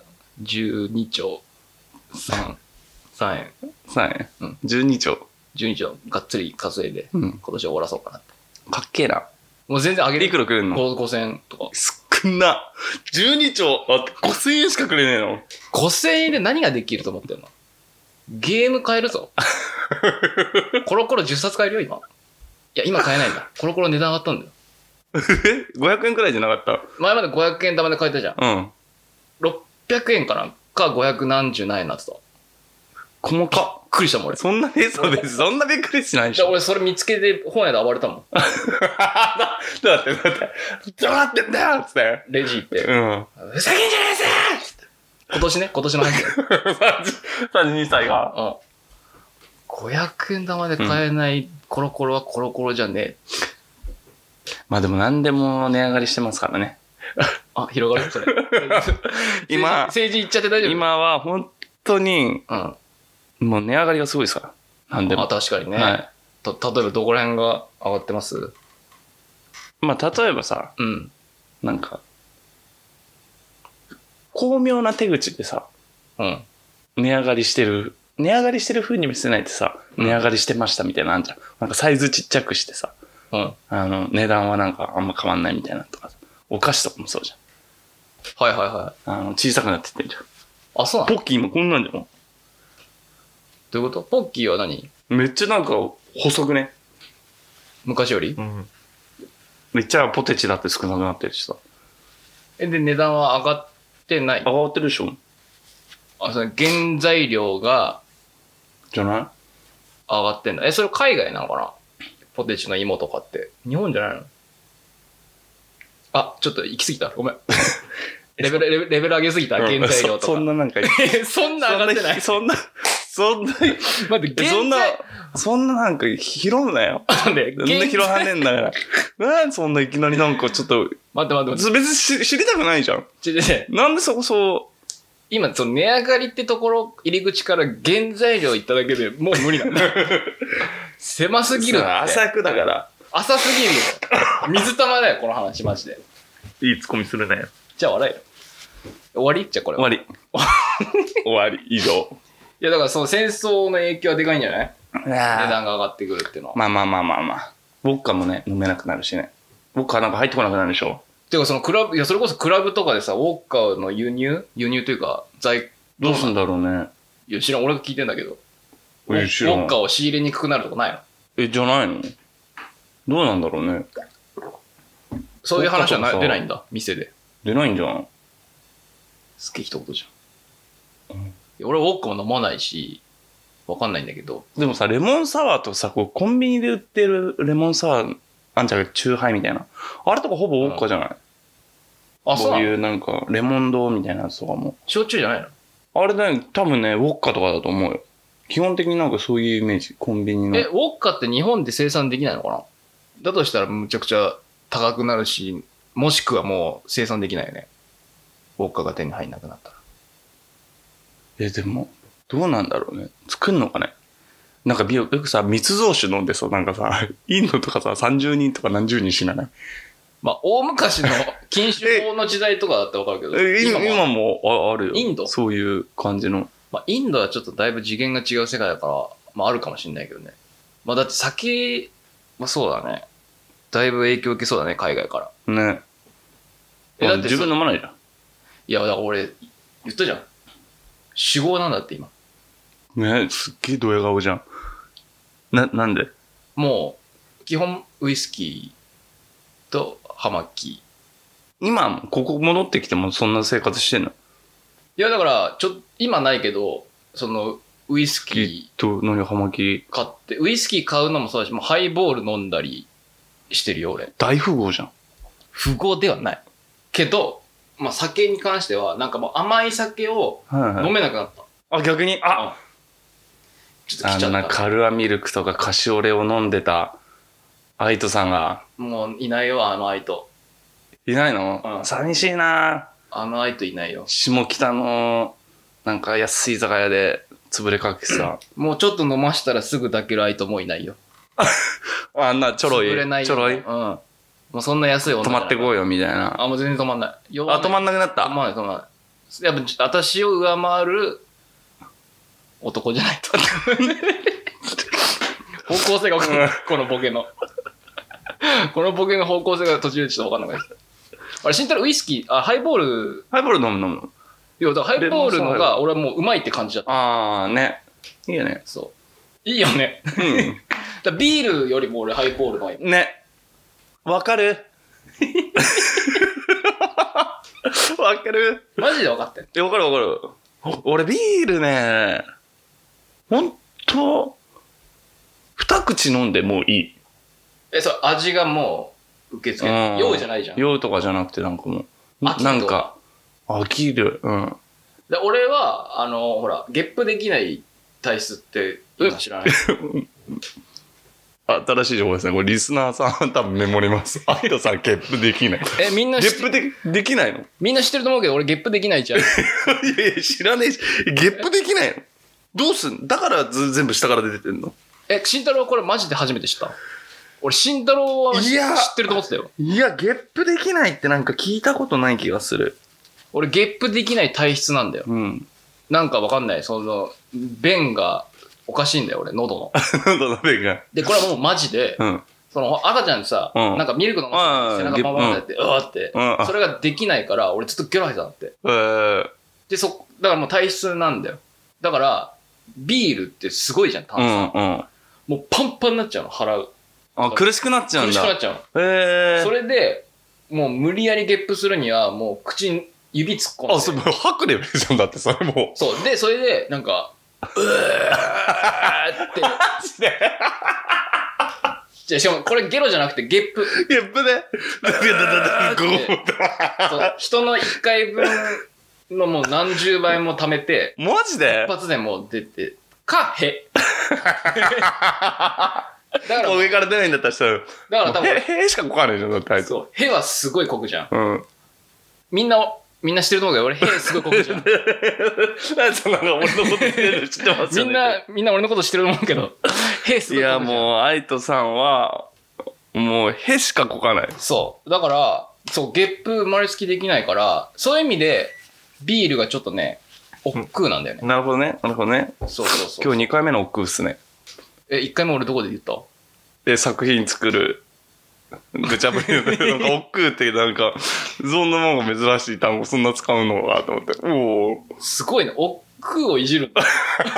じゅうにちょう、さん、さんえん。 さんえん？ うん。 じゅうにちょう。 じゅうにちょう、がっつり稼いで、 うん、 今年終わらそうかなって。 かっけえな。 もう全然上げる。 いくらくれんの？ ごせんえんとか。 少な。じゅうにちょう、あ、ごせんえんしかくれねえの？ ごせんえんで何ができると思ってんの？ゲーム買えるぞ。コロコロじゅっさつ買えるよ、今。いや、今買えないんだ。コロコロ値段上がったんだよ。 え ?ごひゃくえんくらいじゃなかった？ 前までごひゃくえん玉で買えたじゃん。 うん。 ろっぴゃくえんかなかごひゃくなんじゅう何円になってた。 細かっ。 びっくりしたもん、俺。 そんなね、そうです。そんなびっくりしないでしょ。 俺、それ見つけて本屋で暴れたもん。 だって、だって、どうなってんだよつって。 レジ行って。 うん。 ふざけんじゃねえぞ今年ね、今年の話だよ。 さんじゅうにさいが。 うん。ごひゃくえん玉で買えないコロコロはコロコロじゃねえ。 まあでも何でも値上がりしてますからね。 あ、広がるそれ。 今、 政治言っちゃって大丈夫？ 今は本当に、うん。もう値上がりがすごいですから。なんでも。 あ、確かにね。 はい。 と、例えばどこら辺が上がってます？ まあ例えばさ、 うん。 なんか、巧妙な手口でさ、 うん。 値上がりしてる、値上がりしてる風に見せないとさ、値上がりしてましたみたいなのあんじゃん。なんかサイズちっちゃくしてさ、 うん。 あの、値段はなんかあんま変わんないみたいなとかさ、お菓子とかもそうじゃん。 はいはいはい。 あの、小さくなってってんじゃん。 あ、そうなの？ ポッキー今こんなんじゃん。 どういうこと？ポッキーは何？ めっちゃなんか細くね。 昔より？ うん。 めっちゃポテチだって少なくなってるしさ。 え、で、値段は上がってない？ 上がってるでしょ？ あ、その原材料がじゃない？ 上がってんだ。え、それ海外なのかな？ポテチの芋とかって。日本じゃないの？あ、ちょっと行き過ぎた。ごめん。レベル、レベル、レベル上げすぎた。原材料とか。 そ, そんななんか。 そんな上がってない。 そんな、そんな、そんな、 待って、 そんな、そんななんか拾うなよ。 なんで、 なんで拾わねえんだから。なんでそんないきなりなんかちょっと。 待って待って待って。 別に知りたくないじゃん。 ちょ、ちょ、 なんでそこそう。 今、その値上がりってところ、入り口から原材料いっただけでもう無理なんだ。狭すぎるって。 浅くだから。 浅すぎるよ。水玉だよ、この話、マジで。 いいツッコミするね。 じゃあ笑えよ。終わりじゃあこれ。 終わり。終わり。以上。 いや、だからその戦争の影響はでかいんじゃない？値段が上がってくるっていうのは。 まあまあまあまあまあ。ウォッカもね、飲めなくなるしね。ウォッカなんか入ってこなくなるでしょ。 てかそのクラブ、いや、それこそクラブとかでさ、ウォッカの輸入輸入というか、在、 どうすんだろうね。 いや、知らん、俺が聞いてんだけど。ウォえ知らんッカを仕入れにくくなるとかないの？ え、じゃないの？どうなんだろうね。 そういう話はな出ないんだ、店で。 出ないんじゃん。 すっげえ一言じゃん。うん、いや俺はウォッカも飲まないし、わかんないんだけど。 でもさ、レモンサワーとさ、こうコンビニで売ってるレモンサワー、あんちゃんがチューハイみたいな。あれとかほぼウォッカじゃない？うん、あ、そうそういうなんか、レモンドみたいなやつとかも。 焼酎じゃないの？ あれね、多分ね、ウォッカとかだと思うよ。基本的になんかそういうイメージ、コンビニの。 え、ウォッカって日本で生産できないのかな？だとしたらむちゃくちゃ高くなるし、もしくはもう生産できないよね。ウォッカが手に入んなくなったら。 え、でも、どうなんだろうね。作んのかね。なんかよくさ、密造酒飲んでさ、なんかさ、インドとかさ、さんじゅうにんとか何十人死なない？ まあ、大昔の禁酒法の時代とかだったらわかるけど。 え、今も今も あ, あるよ。 インド？ そういう感じの。 まあ、インドはちょっとだいぶ次元が違う世界だから、まああるかもしれないけどね。まあだって酒、まあそうだね。だいぶ影響受けそうだね、海外から。 ね。え、だって自分飲まないじゃん。 いや、だから俺、言ったじゃん。酒豪なんだって今。 ね、すっげえドヤ顔じゃん。な、なんで？ もう、基本ウイスキーと葉巻。 今、ここ戻ってきてもそんな生活してんの？ いや、だから、ちょ、今ないけど、その、ウイスキー。 と、何、葉巻買って、ウイスキー買うのもそうだし、もうハイボール飲んだりしてるよ、俺。 大富豪じゃん。 富豪ではない。けど、まあ酒に関しては、なんかもう甘い酒を飲めなくなった。はいはい、 あ、逆に、あ、 ちょっと来ちゃった。 あんなカルアミルクとかカシオレを飲んでたアイトさんが。 もういないよ、あのアイト。 いないの？うん、寂しいな。 あのアイトいないよ。 下北の、なんか安い居酒屋で潰れかけさ。 もうちょっと飲ましたらすぐ抱けるアイトもういないよ。 あんなちょろい。 潰れないよ。 ちょろい。うん。 もうそんな安い女泊まってこうよ、みたいな。 あ、もう全然止まんない。 あ、止まんなくなった。 止まんない、止まんない。やっぱ、私を上回る男じゃないと。方向性が分かんない。このボケの。このボケの方向性が途中でちょっと分かんなかった。あれ、慎太郎ウイスキー、あ、ハイボール。 ハイボール飲む飲む。 いや、だからハイボールのが、俺はもううまいって感じだった。 あー、ね。いいよね。 そう。いいよね。うん。だビールよりも俺ハイボールの方がいい。 ね。わかるわかるマジで分かってん。 え、わかるわかる。俺ビールね、ほんと、二口飲んでもういい。 え、そう、味がもう受け付けない。酔うじゃないじゃん。 酔うとかじゃなくてなんかもう、なんか、飽きる。うん。 で俺は、あの、ほら、ゲップできない体質って今知らない。 新しい情報ですね。これリスナーさんは多分メモります。アイドさんゲップできない。 え、みんなゲップで、できないの？ みんな知ってると思うけど、俺ゲップできないじゃん。いやいや、知らねえし。ゲップできないの？どうすん？だからず全部下から出てんの？ え、慎太郎はこれマジで初めて知った？俺、慎太郎は知ってると思ってたよ。 いや、ゲップできないってなんか聞いたことない気がする。 俺、ゲップできない体質なんだよ。 うん。 なんかわかんない。その、便がおかしいんだよ、俺、喉の。 喉の便が。 で、これはもうマジで、うん、 その赤ちゃんにさ、 うん、 なんかミルク飲ませて背中パンパンってやって、うわーって、うん、それができないから、俺ずっとゲロ吐いてたんだって。えー、で、そ、だからもう体質なんだよ。だから、ビールってすごいじゃん、炭酸。うんうん、もうパンパンになっちゃうの、腹う。 あ、苦しくなっちゃうんだ。 苦しくなっちゃうの。 へー。 それで、もう無理やりゲップするには、もう口に指突っ込んで。 あ、それ吐くレベルじゃんだって、それもう。 そう。で、それで、なんか、うーって。マジでじゃしかもこれゲロじゃなくてゲップ。 ゲップでそう人のいっかいぶんのもう何十倍も貯めて。 マジで一発でもう出て。か、へ。 だから上から出ないんだったらしたら。だから多分。へ、へしかこかないじゃん、だってあいつ。 そう。へはすごいこくじゃん。 うん。 みんな、みんな知ってると思うけど、俺、へすごいこくじゃん。 なんそんなの俺のこと知ってる知ってますよね。 みんな、みんな俺のこと知ってると思うけど、へすごいこくじゃん。いや、もう、アイトさんは、もう、へしかこかない。 そう。だから、そう、ゲップ生まれつきできないから、そういう意味で、ビールがちょっとね、億劫なんだよね。 なるほどね。なるほどね。 そうそうそう。 今日にかいめの億劫っすね。 え、いっかいめ俺どこで言った？ え、作品作る。ぐちゃぶりの、なんか、億劫ってなんか、そんなもんが珍しい単語、そんな使うのかと思って。おお。 すごいね。億劫をいじるんだ。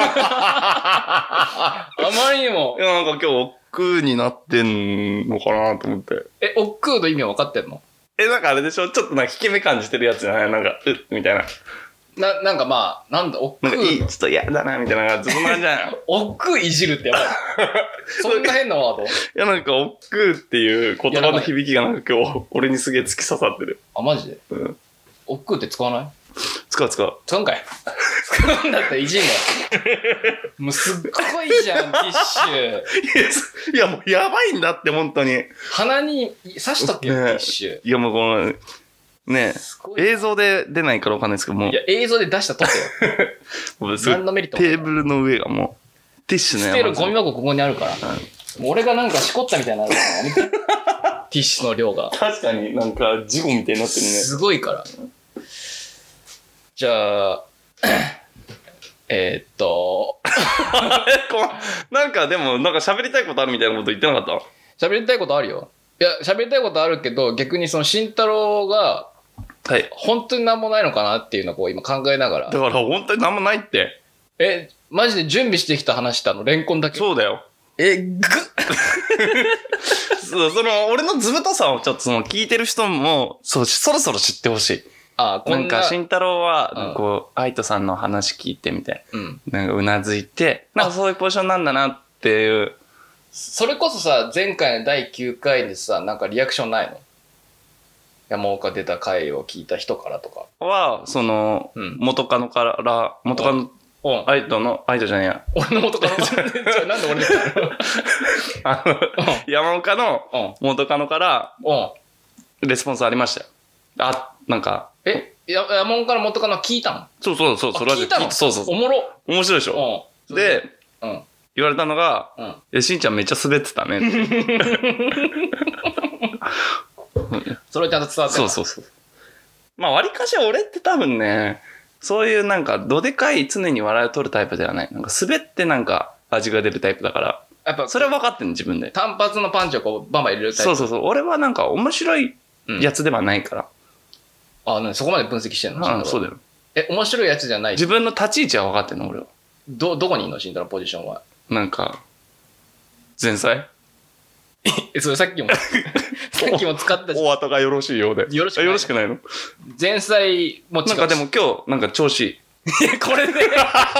あまりにも。 いや、なんか今日億劫になってんのかなと思って。 え、億劫の意味は分かってんの？ え、なんかあれでしょちょっとなんか引け目感じてるやつじゃないなんか、うっ、みたいな。 な、なんかまあ、なんだ、億劫。 なんかいい、ちょっと嫌だな、みたいな。ずっとなんじゃない億劫いじるってやばい。そんな変なワード？いや、なんか、億劫っていう言葉の響きがなんか今日、俺にすげえ突き刺さってる。 あ、マジで？ うん。 億劫って使わない？ 使う使う。 使うんかい。使うんだったらいじんだよ。もうすっごいじゃん、ティッシュ。いや、もうやばいんだって、本当に。 鼻に刺しとけよ、ね、ティッシュ。 いや、もうこの、ね映像で出ないからわかんないですけども。 いや、映像で出したとってよ。何のメリットもテーブルの上がもう、ティッシュね。 捨てるゴミ箱ここにあるから。うん、もう俺がなんかしこったみたいになるからね。ティッシュの量が。 確かになんか事故みたいになってるね。 すごいから。じゃあ、えー、っと。 なんかでも、なんか喋りたいことあるみたいなこと言ってなかった喋りたいことあるよ。いや、喋りたいことあるけど、逆にその慎太郎が、 はい。 本当になんもないのかなっていうのをこう今考えながら。 だから本当になんもないって。 え、マジで準備してきた話したのレンコンだけ。 そうだよ。 え、ぐそう、その、俺の図太さをちょっとその聞いてる人も、そう、そろそろ知ってほしい。 あ、こんな。 なんか、慎太郎は、こう、愛斗さんの話聞いてみて、 うん、 なんかうなずいて、なんかそういうポジションなんだなっていう。 それこそさ、前回のだいきゅうかいでさ、なんかリアクションないの？山岡出た回を聞いた人からとか。 は、その、うん、元カノから、元カノ、愛斗の、愛斗じゃねえや。 俺の元カノなんで俺のあの、山岡の元カノから、レスポンスありましたよ。あ、なんか。 え、山岡の元カノ聞いたの？ そうそうそう、それは聞いたの？ そうそう。 おもろ。 面白いでしょ。で、うん、言われたのが、うん、え、しんちゃんめっちゃ滑ってたねって。 それちゃんと伝わってる。 そうそうそう。まあ、割かし俺って多分ね、そういうなんか、どでかい常に笑いを取るタイプではない。なんか、滑ってなんか、味が出るタイプだから。やっぱ、それは分かってんの、自分で。 単発のパンチをこう、バンバン入れるタイプ。 そうそうそう。俺はなんか、面白いやつではないから。 うん、あ、なにそこまで分析してんの？ ああ、そうだよ。 え、面白いやつじゃない？ 自分の立ち位置は分かってんの、俺は。 ど、どこにいんの？慎太郎ポジションは。 なんか、前菜？ え、それさっきも、さっきも使ったお後がよろしいようで。 よろしくない。 よろしくないの？ 前菜もなんかでも今日、なんか調子いい。 これで普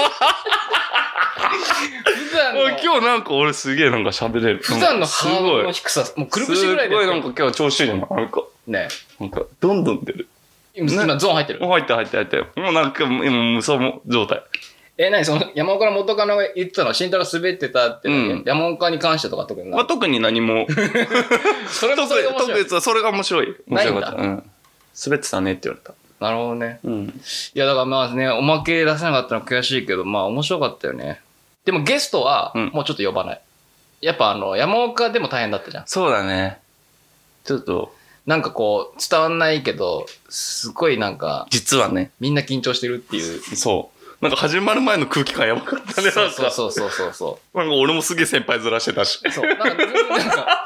段の今日なんか俺すげえなんか喋れる。 普段のハードルの低さ、もうくるぶしぐらいで。 すごいなんか今日調子いいの。なんか。 ね。 なんか、どんどん出る。 今ゾーン入ってる？ もう入って入って入って。もうなんか、今無双状態。 え、なにその、山岡の元カノが言ってたのは、慎太郎滑ってたって、うん、山岡に関してとか特にない？ まあ、特に何も。 それもそれが面白い。 特にそれが面白い。 面白かった。 うん。滑ってたねって言われた。 なるほどね。 うん。 いや、だからまあね、おまけ出せなかったの悔しいけど、まあ面白かったよね。でもゲストは、もうちょっと呼ばない。うん、やっぱあの、山岡でも大変だったじゃん。 そうだね。ちょっと。 なんかこう、伝わんないけど、すごいなんか。 実はね。 みんな緊張してるっていう。 そう。なんか始まる前の空気感やばかったね。 そうそうそうそうそう。 なんか俺もすげえ先輩ずらしてたし。 そう。なんか、なんか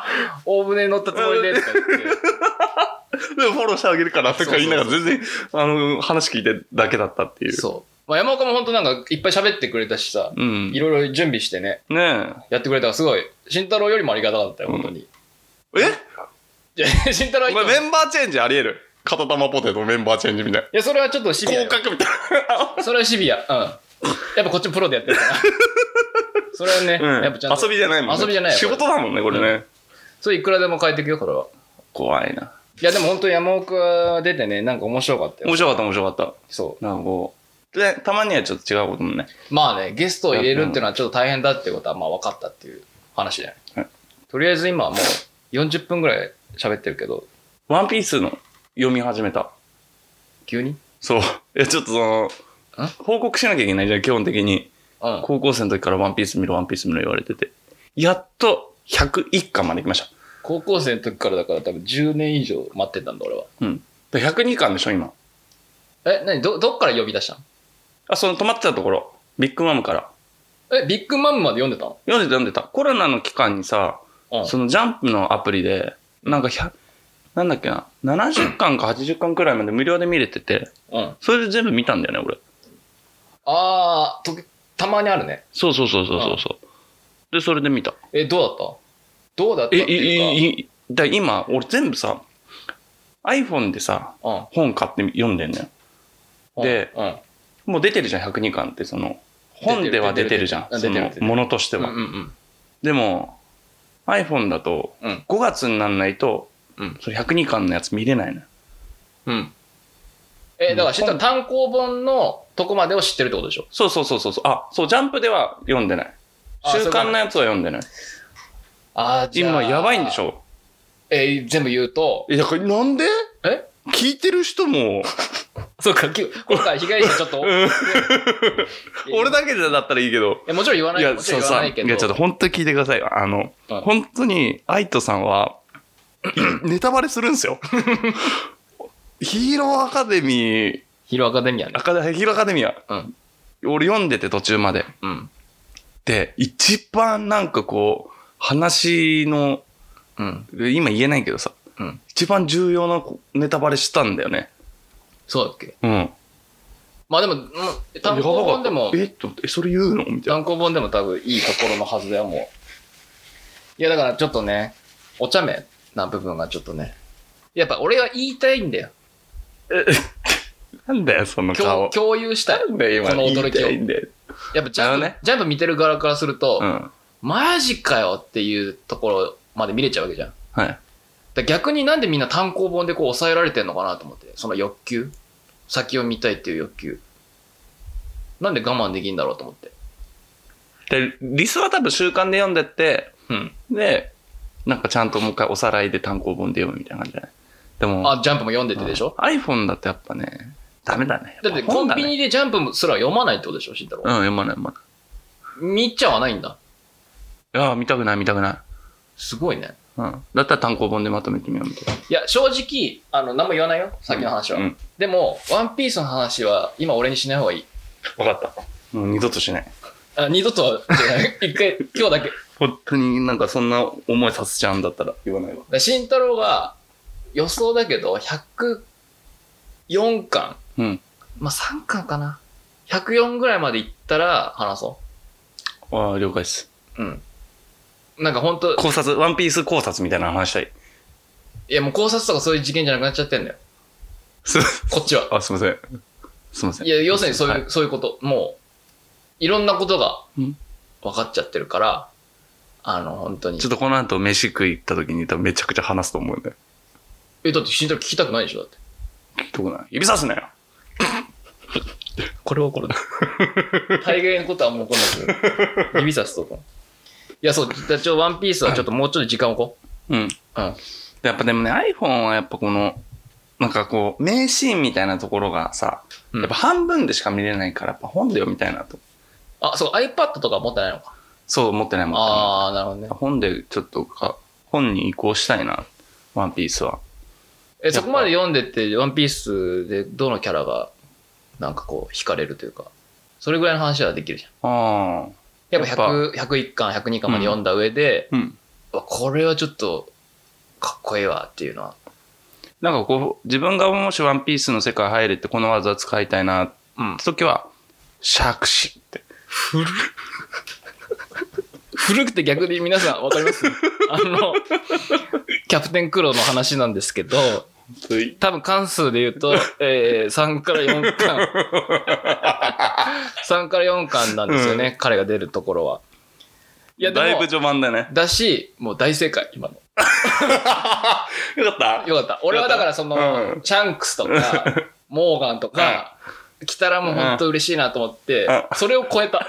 大船に乗ったつもりでとか言って。 でもフォローしてあげるからとか言いながら全然、あの、話聞いてだけだったっていう。 そう。まあ、山岡も本当なんかいっぱい喋ってくれたしさ、うん、いろいろ準備してね、 ねえ。 やってくれたからすごい、慎太郎よりもありがたかったよ、本当に。 うん、えいや、慎太郎はお前メンバーチェンジあり得る片玉ポテトメンバーチェンジみたいな。いや、それはちょっとシビア。 降格みたいな。それはシビア。うん。やっぱこっちプロでやってるから。それはね、うん、やっぱちゃんと。 遊びじゃないもんね。 遊びじゃないよ。 仕事だもんね、これね。うん、 それいくらでも変えていくよ、これは。 怖いな。 いや、でも本当山岡出てね、なんか面白かったよ。 面白かった、面白かった。 そう。 なんかこう。で、たまにはちょっと違うこともね。 まあね、ゲストを入れるっていうのはちょっと大変だってことはまあ分かったっていう話だよね。はい、とりあえず今はもうよんじゅっぷんぐらい喋ってるけど。 ワンピースの読み始めた。 急に？ そう。いや、ちょっとその、報告しなきゃいけないじゃん、基本的に。うん。高校生の時からワンピース見ろ、ワンピース見ろ言われてて。やっとひゃくいっかんまで来ました。 高校生の時からだから多分じゅうねん以上待ってたんだ、俺は。 うん。ひゃくにかんでしょ、今。 え、何ど、どっから呼び出したの？ あ、その止まってたところ。ビッグマムから。 え、ビッグマムまで読んでたの？ 読んでた、読んでた。コロナの期間にさ、うん、そのジャンプのアプリで、なんかひゃく、なんだっけな、ななじゅっかんかはちじゅっかんくらいまで無料で見れてて、うん。それで全部見たんだよね、俺。 あー、と、たまにあるね。 そうそうそうそうそうそう、うん。で、それで見た。 え、どうだったどうだったっていうか。 え、だ今、俺全部さ、iPhone でさ、うん、本買って読んでんのよ。で、うん、もう出てるじゃん、ひゃくにかんって、その、本では出てるじゃん、その、ものとしては。うんうんうん、でも、iPhone だと、ごがつにならないと、うん、それひゃくにかんのやつ見れないのよ。 うん。え、だから知った単行本のとこまでを知ってるってことでしょ？ そうそうそうそう。あ、そう、ジャンプでは読んでない。週刊のやつは読んでない。 あ、じゃあ。 今やばいんでしょ？ えー、全部言うと。 え、だからなんで？え？聞いてる人も。 そうか、今回被害者ちょっと。 俺だけだったらいいけど。 いや、もちろん言わない。いや、もちろん言わないけど。 いや、ちょっと本当に聞いてください。あの、うん、本当に、アイトさんは、ネタバレするんですよ。ヒーローアカデミー。 ヒーローアカデミアね。 アカデヒーローアカデミア。うん。俺読んでて途中まで。うん。で、一番なんかこう、話の、うん。今言えないけどさ。うん。一番重要なネタバレしたんだよね。 そうだっけ？ うん。 まあでも、単行本でも。 えっと、え、それ言うのみたいな。 単行本でも多分いいところのはずだよ、もう。いや、だからちょっとね、お茶目な部分がちょっとね。やっぱ俺は言いたいんだよ。 え、なんだよ、その顔。 共有したい。 なんだよ、今この驚きを。 いいんだよ。 やっぱジャンプ、ね、ジャンプ見てる側からすると、うん、マジかよっていうところまで見れちゃうわけじゃん。 はい。 だ逆になんでみんな単行本でこう抑えられてんのかなと思って。その欲求。先を見たいっていう欲求。なんで我慢できんだろうと思って。 で、リスは多分習慣で読んでって、うん。で、なんかちゃんともう一回おさらいで単行本で読むみたいな感じじゃない？でも。 あ、ジャンプも読んでてでしょ？ iPhone だとやっぱね、ダメだね。 だってコンビニでジャンプすら読まないってことでしょ、慎太郎。 うん、読まない読まない。 見ちゃわないんだ。 いや、見たくない見たくない。 すごいね。 うん。だったら単行本でまとめてみようみたいな。 いや、正直、あの、何も言わないよ。さっきの話は。うんうん、でも、ワンピースの話は、今俺にしない方がいい。 わかった。もう二度としない。 あ、二度とは、一回、今日だけ。 本当になんかそんな思いさせちゃうんだったら言わないわ。 慎太郎が、予想だけど、ひゃくよんかん。うん。まあ、さんかんかな。ひゃくよんぐらいまで行ったら話そう。 ああ、了解です。 うん。なんか本当考察、ワンピース考察みたいな話したい。 いやもう考察とかそういう事件じゃなくなっちゃってんだよ。こっちは。 あ、すいません。すいません。 いや、要するにそういう、はい、そういうこと。もう、いろんなことが分かっちゃってるから、あの、本当に。 ちょっとこの後飯食い行った時に多分めちゃくちゃ話すと思うんだよ。 え、だって慎太郎聞きたくないでしょだって。 聞きたくない。指さすなよ。 これはこれだ。大概のことはもうこんなく指さすとこ。いや、そう、ちょ、ワンピースはちょっともうちょっと時間をこう。うん。うん。やっぱでもね、iPhone はやっぱこの、なんかこう、名シーンみたいなところがさ、うん、やっぱ半分でしか見れないから、やっぱ本で読みたいなと。 あ、そう、iPad とか持ってないのか。 そう、持ってない持ってない。 ああ、なるほどね。 本でちょっとか、本に移行したいな、ワンピースは。 え、そこまで読んでって、ワンピースでどのキャラが、なんかこう、惹かれるというか、それぐらいの話はできるじゃん。 ああ。 やっぱひゃく、ひゃくいっかん、ひゃくにかんまで読んだ上で、うんうん、 これはちょっとかっこいいわっていうのは。 なんかこう、自分がもしワンピースの世界入れてこの技使いたいなって時は、うん、シャークシって。 古古くて逆に皆さんわかりますあの、キャプテンクローの話なんですけど、多分関数で言うと、えー、さんからよんかん。さんからよんかんなんですよね、うん、彼が出るところは。 いやでもだいぶ序盤だね。 だし、もう大正解、今の。 よかったよかった。俺はだからその、うん、チャンクスとか、モーガンとか、うん、来たらもうほんと嬉しいなと思って、うん、それを超えた。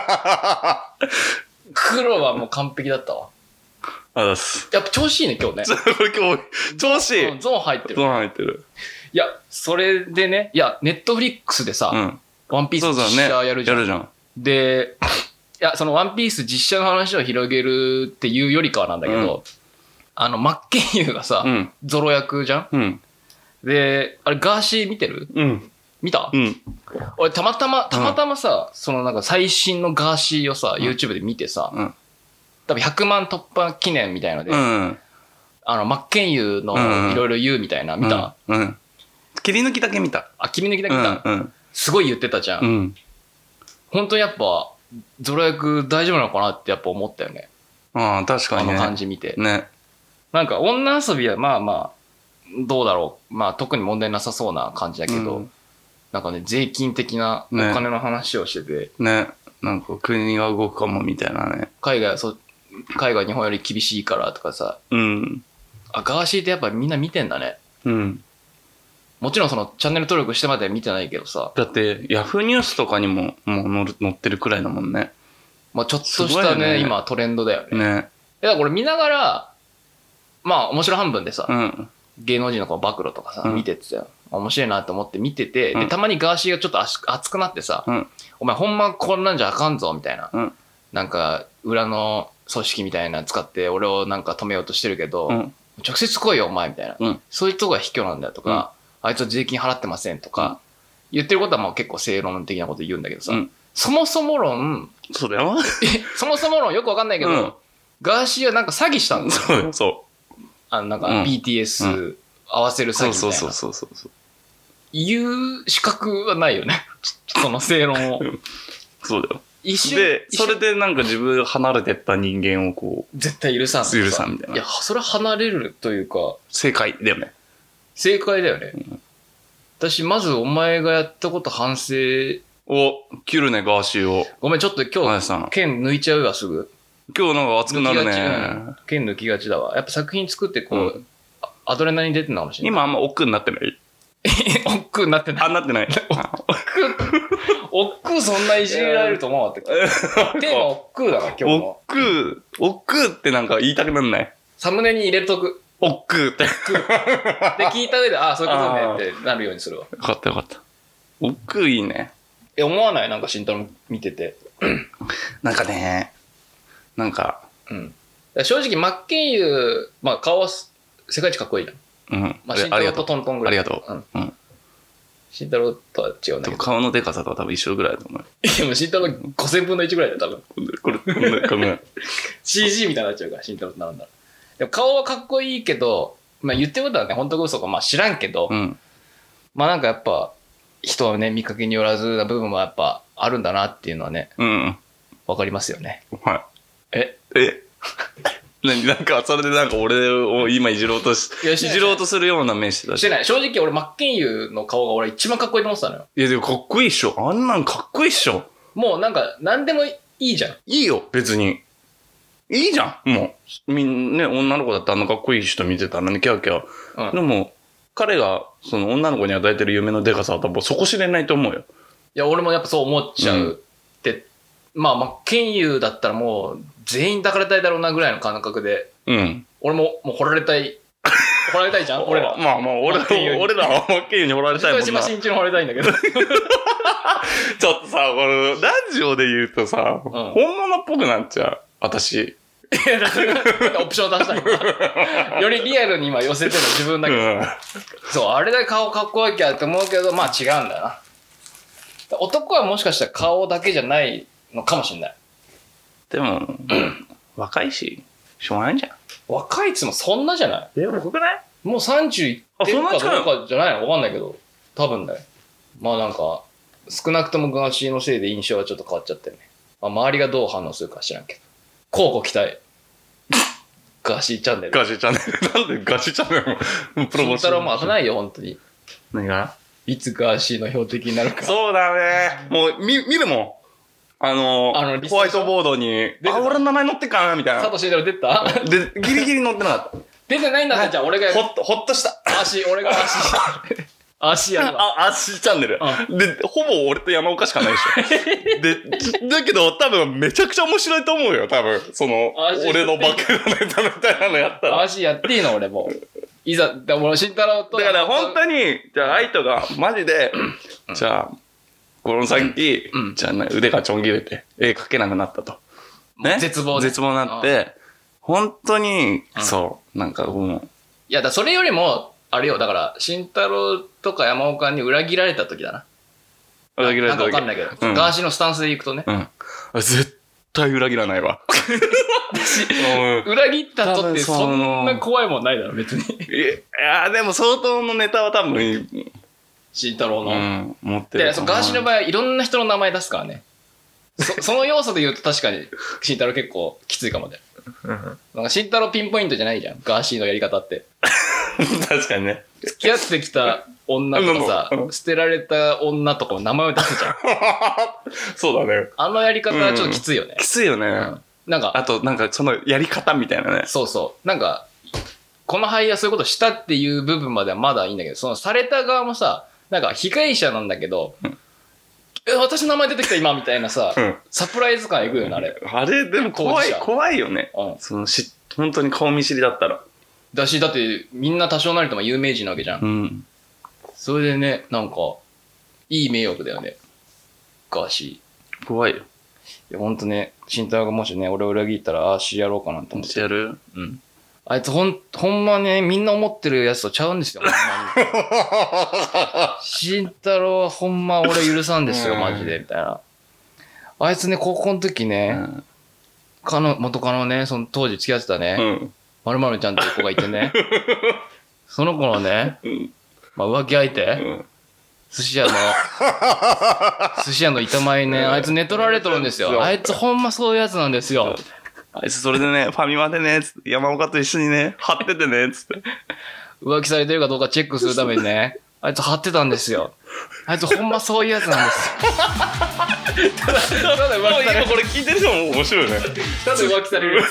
黒はもう完璧だったわ。 あざす。 やっぱ調子いいね、今日ね。 これ今日、調子いい、 うん。ゾーン入ってる。 ゾーン入ってる。 いや、それでね、いや、ネットフリックスでさ、うん、ワンピース実写やるじゃん。 そうそうね、やるじゃん。 で、いや、そのワンピース実写の話を広げるっていうよりかはなんだけど、うん、あの、マッケンユーがさ、うん、ゾロ役じゃん、うん、で、あれ、ガーシー見てる？うん。見た？うん。俺、たまたま、たまたまさ、うん、そのなんか最新のガーシーをさ、YouTube で見てさ、うん、多分ひゃくまん突破記念みたいので、うん、あの、マッケンユーのいろいろ言うみたいな、見た？ うん。うん、切り抜きだけ見た。 あ、切り抜きだけ見た？うん。うん、すごい言ってたじゃん。うん。本当にやっぱ、ゾロ役大丈夫なのかなってやっぱ思ったよね。 ああ、確かにね。 あの感じ見て。 ね。 なんか女遊びはまあまあ、どうだろう。まあ特に問題なさそうな感じだけど、うん、なんかね、税金的なお金の話をしてて。 ね。ね、なんか国が動くかもみたいなね。 海外、そう、海外日本より厳しいからとかさ。うん。あ、ガーシーってやっぱみんな見てんだね。うん。もちろんそのチャンネル登録してまで見てないけどさ。 だってヤフーニュースとかにももう載る載ってるくらいだもんね。 まあちょっとしたね、ね今トレンドだよね。ね。いやこれ見ながら、まあ面白半分でさ、うん、芸能人のこの暴露とかさ、うん、見てってさ、面白いなと思って見てて、うん、でたまにガーシーがちょっと熱くなってさ、うん、お前ほんまこんなんじゃあかんぞみたいな、うん、なんか裏の組織みたいなの使って俺をなんか止めようとしてるけど、うん、直接来いよお前みたいな、うん、そういうとこが卑怯なんだよとか。うんあいつは税金払ってませんとか、うん、言ってることはもう結構正論的なこと言うんだけどさ、うん、そもそも論、 それはそもそも論よくわかんないけど、うん、ガーシーはなんか詐欺したんだよ。 そう、そう。 あのなんか ビーティーエス 合わせる詐欺みたいな。そうそうそうそうそう。言う資格はないよね。その正論を。 そうだよ。一瞬で、それでなんか自分離れてった人間をこう。 絶対許さん。 許さんみたいな。 いや、それは離れるというか。 正解だよね。 正解だよね、うん、私まずお前がやったこと反省お切るねガーシーをごめんちょっと今日剣抜いちゃうわすぐ今日なんか熱くなるね、 うん、剣抜きがちだわやっぱ作品作ってこう、うん、アドレナリン出てるのかもしれない今あんま億劫になってない億劫になってないあなってない億劫そんないじられると思わなかったテーマ億劫だから今日も億劫億劫ってなんか言いたくなんないサムネに入れとくおっくーって。で、 聞いた上で、ああ、そういうことねってなるようにするわ。 よかったよかった。おっくーいいね。 え、思わないなんか慎太郎見てて。 なんかね、なんか。 うん。正直、マッケンユー、まあ顔は世界一かっこいいじゃん。うん。まあ、慎太郎とトントンぐらい。 ありがとう。うん。うん、 慎太郎とは違うんだけど。 顔のデカさとは多分一緒ぐらいだと思う。 でも慎太郎ごせんぶんのいちぐらいだよ、多分。これ、これ、これ。シージー みたいになっちゃうから、慎太郎と並んだら。でも顔はかっこいいけど、まあ言ってることはね、本当か嘘かまあ知らんけど、うん、まあなんかやっぱ、人はね、見かけによらずな部分はやっぱあるんだなっていうのはね、うん、わかりますよね。 はい。 ええなんか、それでなんか俺を今いじろうとし、いじろうとするような目してたし。 してない。正直俺、マッケンユーの顔が俺一番かっこいいと思ってたのよ。 いやでもかっこいいっしょ。あんなんかっこいいっしょ。 もうなんか、なんでもいいじゃん。 いいよ、別に。いいじゃん、もう。みんなね、女の子だってあんなかっこいい人見てたのに、キャーキャー。うん、でも、彼が、その女の子に与えてる夢のデカさは多分底知れないと思うよ。 いや、俺もやっぱそう思っちゃうって、うん、まあ、マッケンユーだったらもう、全員抱かれたいだろうなぐらいの感覚で。うん。俺も、もう掘られたい。掘られたいじゃん俺ら。 まあまあ、俺ら、俺らはマッケンユーに掘られたいもんな。 島新一に掘られたいんだけど。 ちょっとさ、これ、ラジオで言うとさ、うん、本物っぽくなっちゃう。私。 オプション出したいよりリアルに今寄せてるの自分だけど、うん、そうあれだけ顔かっこいいきゃって思うけどまあ違うんだよな男はもしかしたら顔だけじゃないのかもしれないでも若いししょうがないんじゃん。 若いっつもそんなじゃない？ え、若くない？ もうさんじゅういってるかどうかじゃないの？わかんないけど。多分だよ。まあなんか、少なくともガーシーのせいで印象はちょっと変わっちゃったよね。まあ、周りがどう反応するか知らんけど。交互期待。ガーシーチャンネル。 ガーシーチャンネル。なんでガーシーチャンネルプロモーション。 慎太郎も危ないよ、本当に。 何が？ いつガーシーの標的になるか。 そうだね。もう、み、見るもん。あの、あのホワイトボードに、あ、俺の名前載ってっかなみたいな。 佐藤慎太郎出た？ で、ギリギリ載ってなかった。 出てないんだって、じゃあ俺がやる。 ほっと、ほっとした。 足、俺が足。足やるわ。 あ、足チャンネル。で、ほぼ俺と山岡しかないでしょ。で、だけど多分めちゃくちゃ面白いと思うよ、多分。その、俺のバカなネタみたいなのやったら。 足やっていいの俺も。いざ、でも慎太郎と。 だから本当に、じゃあ、アイトがマジで、じゃあ、この先、じゃあ腕がちょん切れて、絵描けなくなったと。 ね。絶望で。 絶望になって、本当に、そう、なんかもう。 いや、だそれよりも、あれよ、だから、慎太郎とか山岡に裏切られた時だな。 裏切られた時。 なんかわかんないけど、うん、ガーシーのスタンスでいくとね。 うん。絶対裏切らないわ。 裏切ったとってそんな怖いもんないだろ、別に。 いや、でも相当のネタは多分、 慎太郎の。 うん、持ってる。 で、ガーシーの場合はいろんな人の名前出すからね。そ, その要素で言うと確かに慎太郎結構きついかもね。なんか慎太郎ピンポイントじゃないじゃん、ガーシーのやり方って。 確かにね。 付き合ってきた女とかさ、捨てられた女とかの名前を出すじゃん。 そうだね。 あのやり方はちょっときついよね。 うん、きついよね。うん、 なんか、 あとなんかそのやり方みたいなね。 そうそう。なんか、この俳優はそういうことしたっていう部分まではまだいいんだけど、そのされた側もさ、なんか被害者なんだけど、うん、え、私の名前出てきた今みたいなさ、うん、サプライズ感いくよね、あれ。 あれ、でも怖い、怖いよね。うん、そのし、本当に顔見知りだったら。 だし、だってみんな多少なりとも有名人なわけじゃん。うん。それでね、なんか、いい迷惑だよね。ガーシー。怖いよ。 いや、ほんとね、慎太郎がもしね、俺を裏切ったら、ああしやろうかなと思って。 やる？ うん。あいつほん、ほんまね、みんな思ってるやつとちゃうんですよ、ほんまに。慎太郎はほんま俺許さんですよ、マジで、みたいな。あいつね、高校の時ね、うん、かの、元カノね、その当時付き合ってたね、うんまるまるちゃんっていう子がいてね。その子のね、うん、まあ浮気相手、うん、寿司屋の、寿司屋の板前にね、あいつ寝取られとるんですよ。あいつほんまそういうやつなんですよ。 あいつそれでね、ファミマでね、つって山岡と一緒にね、貼っててね、つって。 浮気されてるかどうかチェックするためにね、あいつ貼ってたんですよ。あいつほんまそういうやつなんですよ。ただ、ただ浮気される。 今これ聞いてる人も面白いね。 ただ浮気される。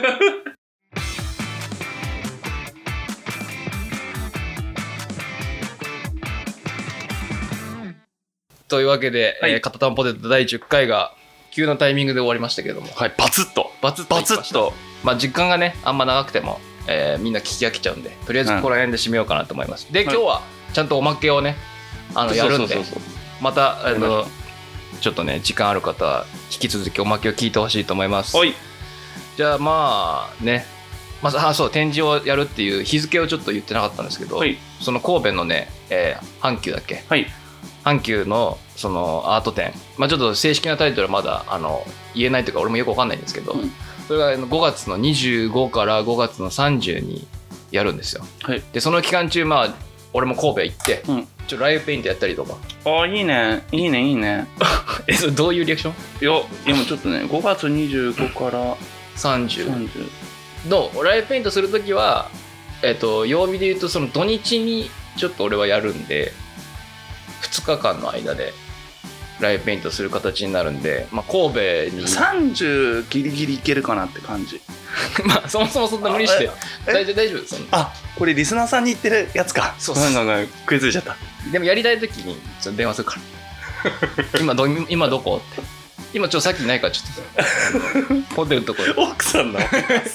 というわけで、はいえー、片玉ポテトだいじゅっかいが急なタイミングで終わりましたけれども、 はい、バツッとバツッとバツッとまあ時間がねあんま長くても、えー、みんな聞き飽きちゃうんでとりあえずここら辺で締めようかなと思います、うん、で、はい、今日はちゃんとおまけをねあのやるんでまたあのちょっとね時間ある方は引き続きおまけを聞いてほしいと思います、はい、じゃあまあねまあ、そう展示をやるっていう日付をちょっと言ってなかったんですけど、はい、その神戸のね、えー、阪急だっけ、はい、阪急のそのアート展、まあ、ちょっと正式なタイトルはまだあの言えないというか俺もよく分かんないんですけど、うん、それがごがつのにじゅうごからごがつのさんじゅうにやるんですよ、はい、でその期間中まあ俺も神戸行って、うん、ちょっとライブペイントやったりとかああいいねいいねいいねえそれどういうリアクション？ いや今ちょっとねごがつにじゅうごからさんじゅうのライブペイントするときは、えっと、曜日で言うとその土日にちょっと俺はやるんでふつかかんの間でライブペイントする形になるんで、まあ、神戸にさんじゅうギリギリいけるかなって感じまあそもそもそんな無理して大丈夫大丈夫そんなあこれリスナーさんに言ってるやつかそうそうなんか食いついちゃったでもやりたいときにちょっと電話するから今ど今どこって今ちょっとさっきいないからちょっとホテルのところ奥さんの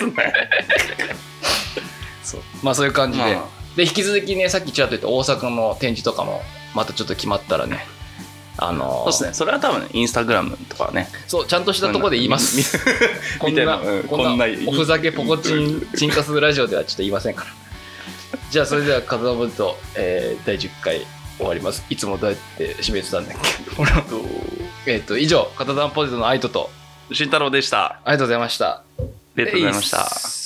そうまあそういう感じで、まあ、で引き続きねさっきちらっと言った大阪の展示とかもまたちょっと決まったらねあのー、 そうですねそれは多分インスタグラムとかねそうちゃんとしたところで言いますこんな、うん、こんなおふざけポコチンチンカスラジオではちょっと言いませんからじゃあそれではカズナブと、えー、だいじゅっかい終わりますいつもどうやって締めてたんだっけえっと以上片玉ポテトのアイトと慎太郎でしたありがとうございましたありがとうございました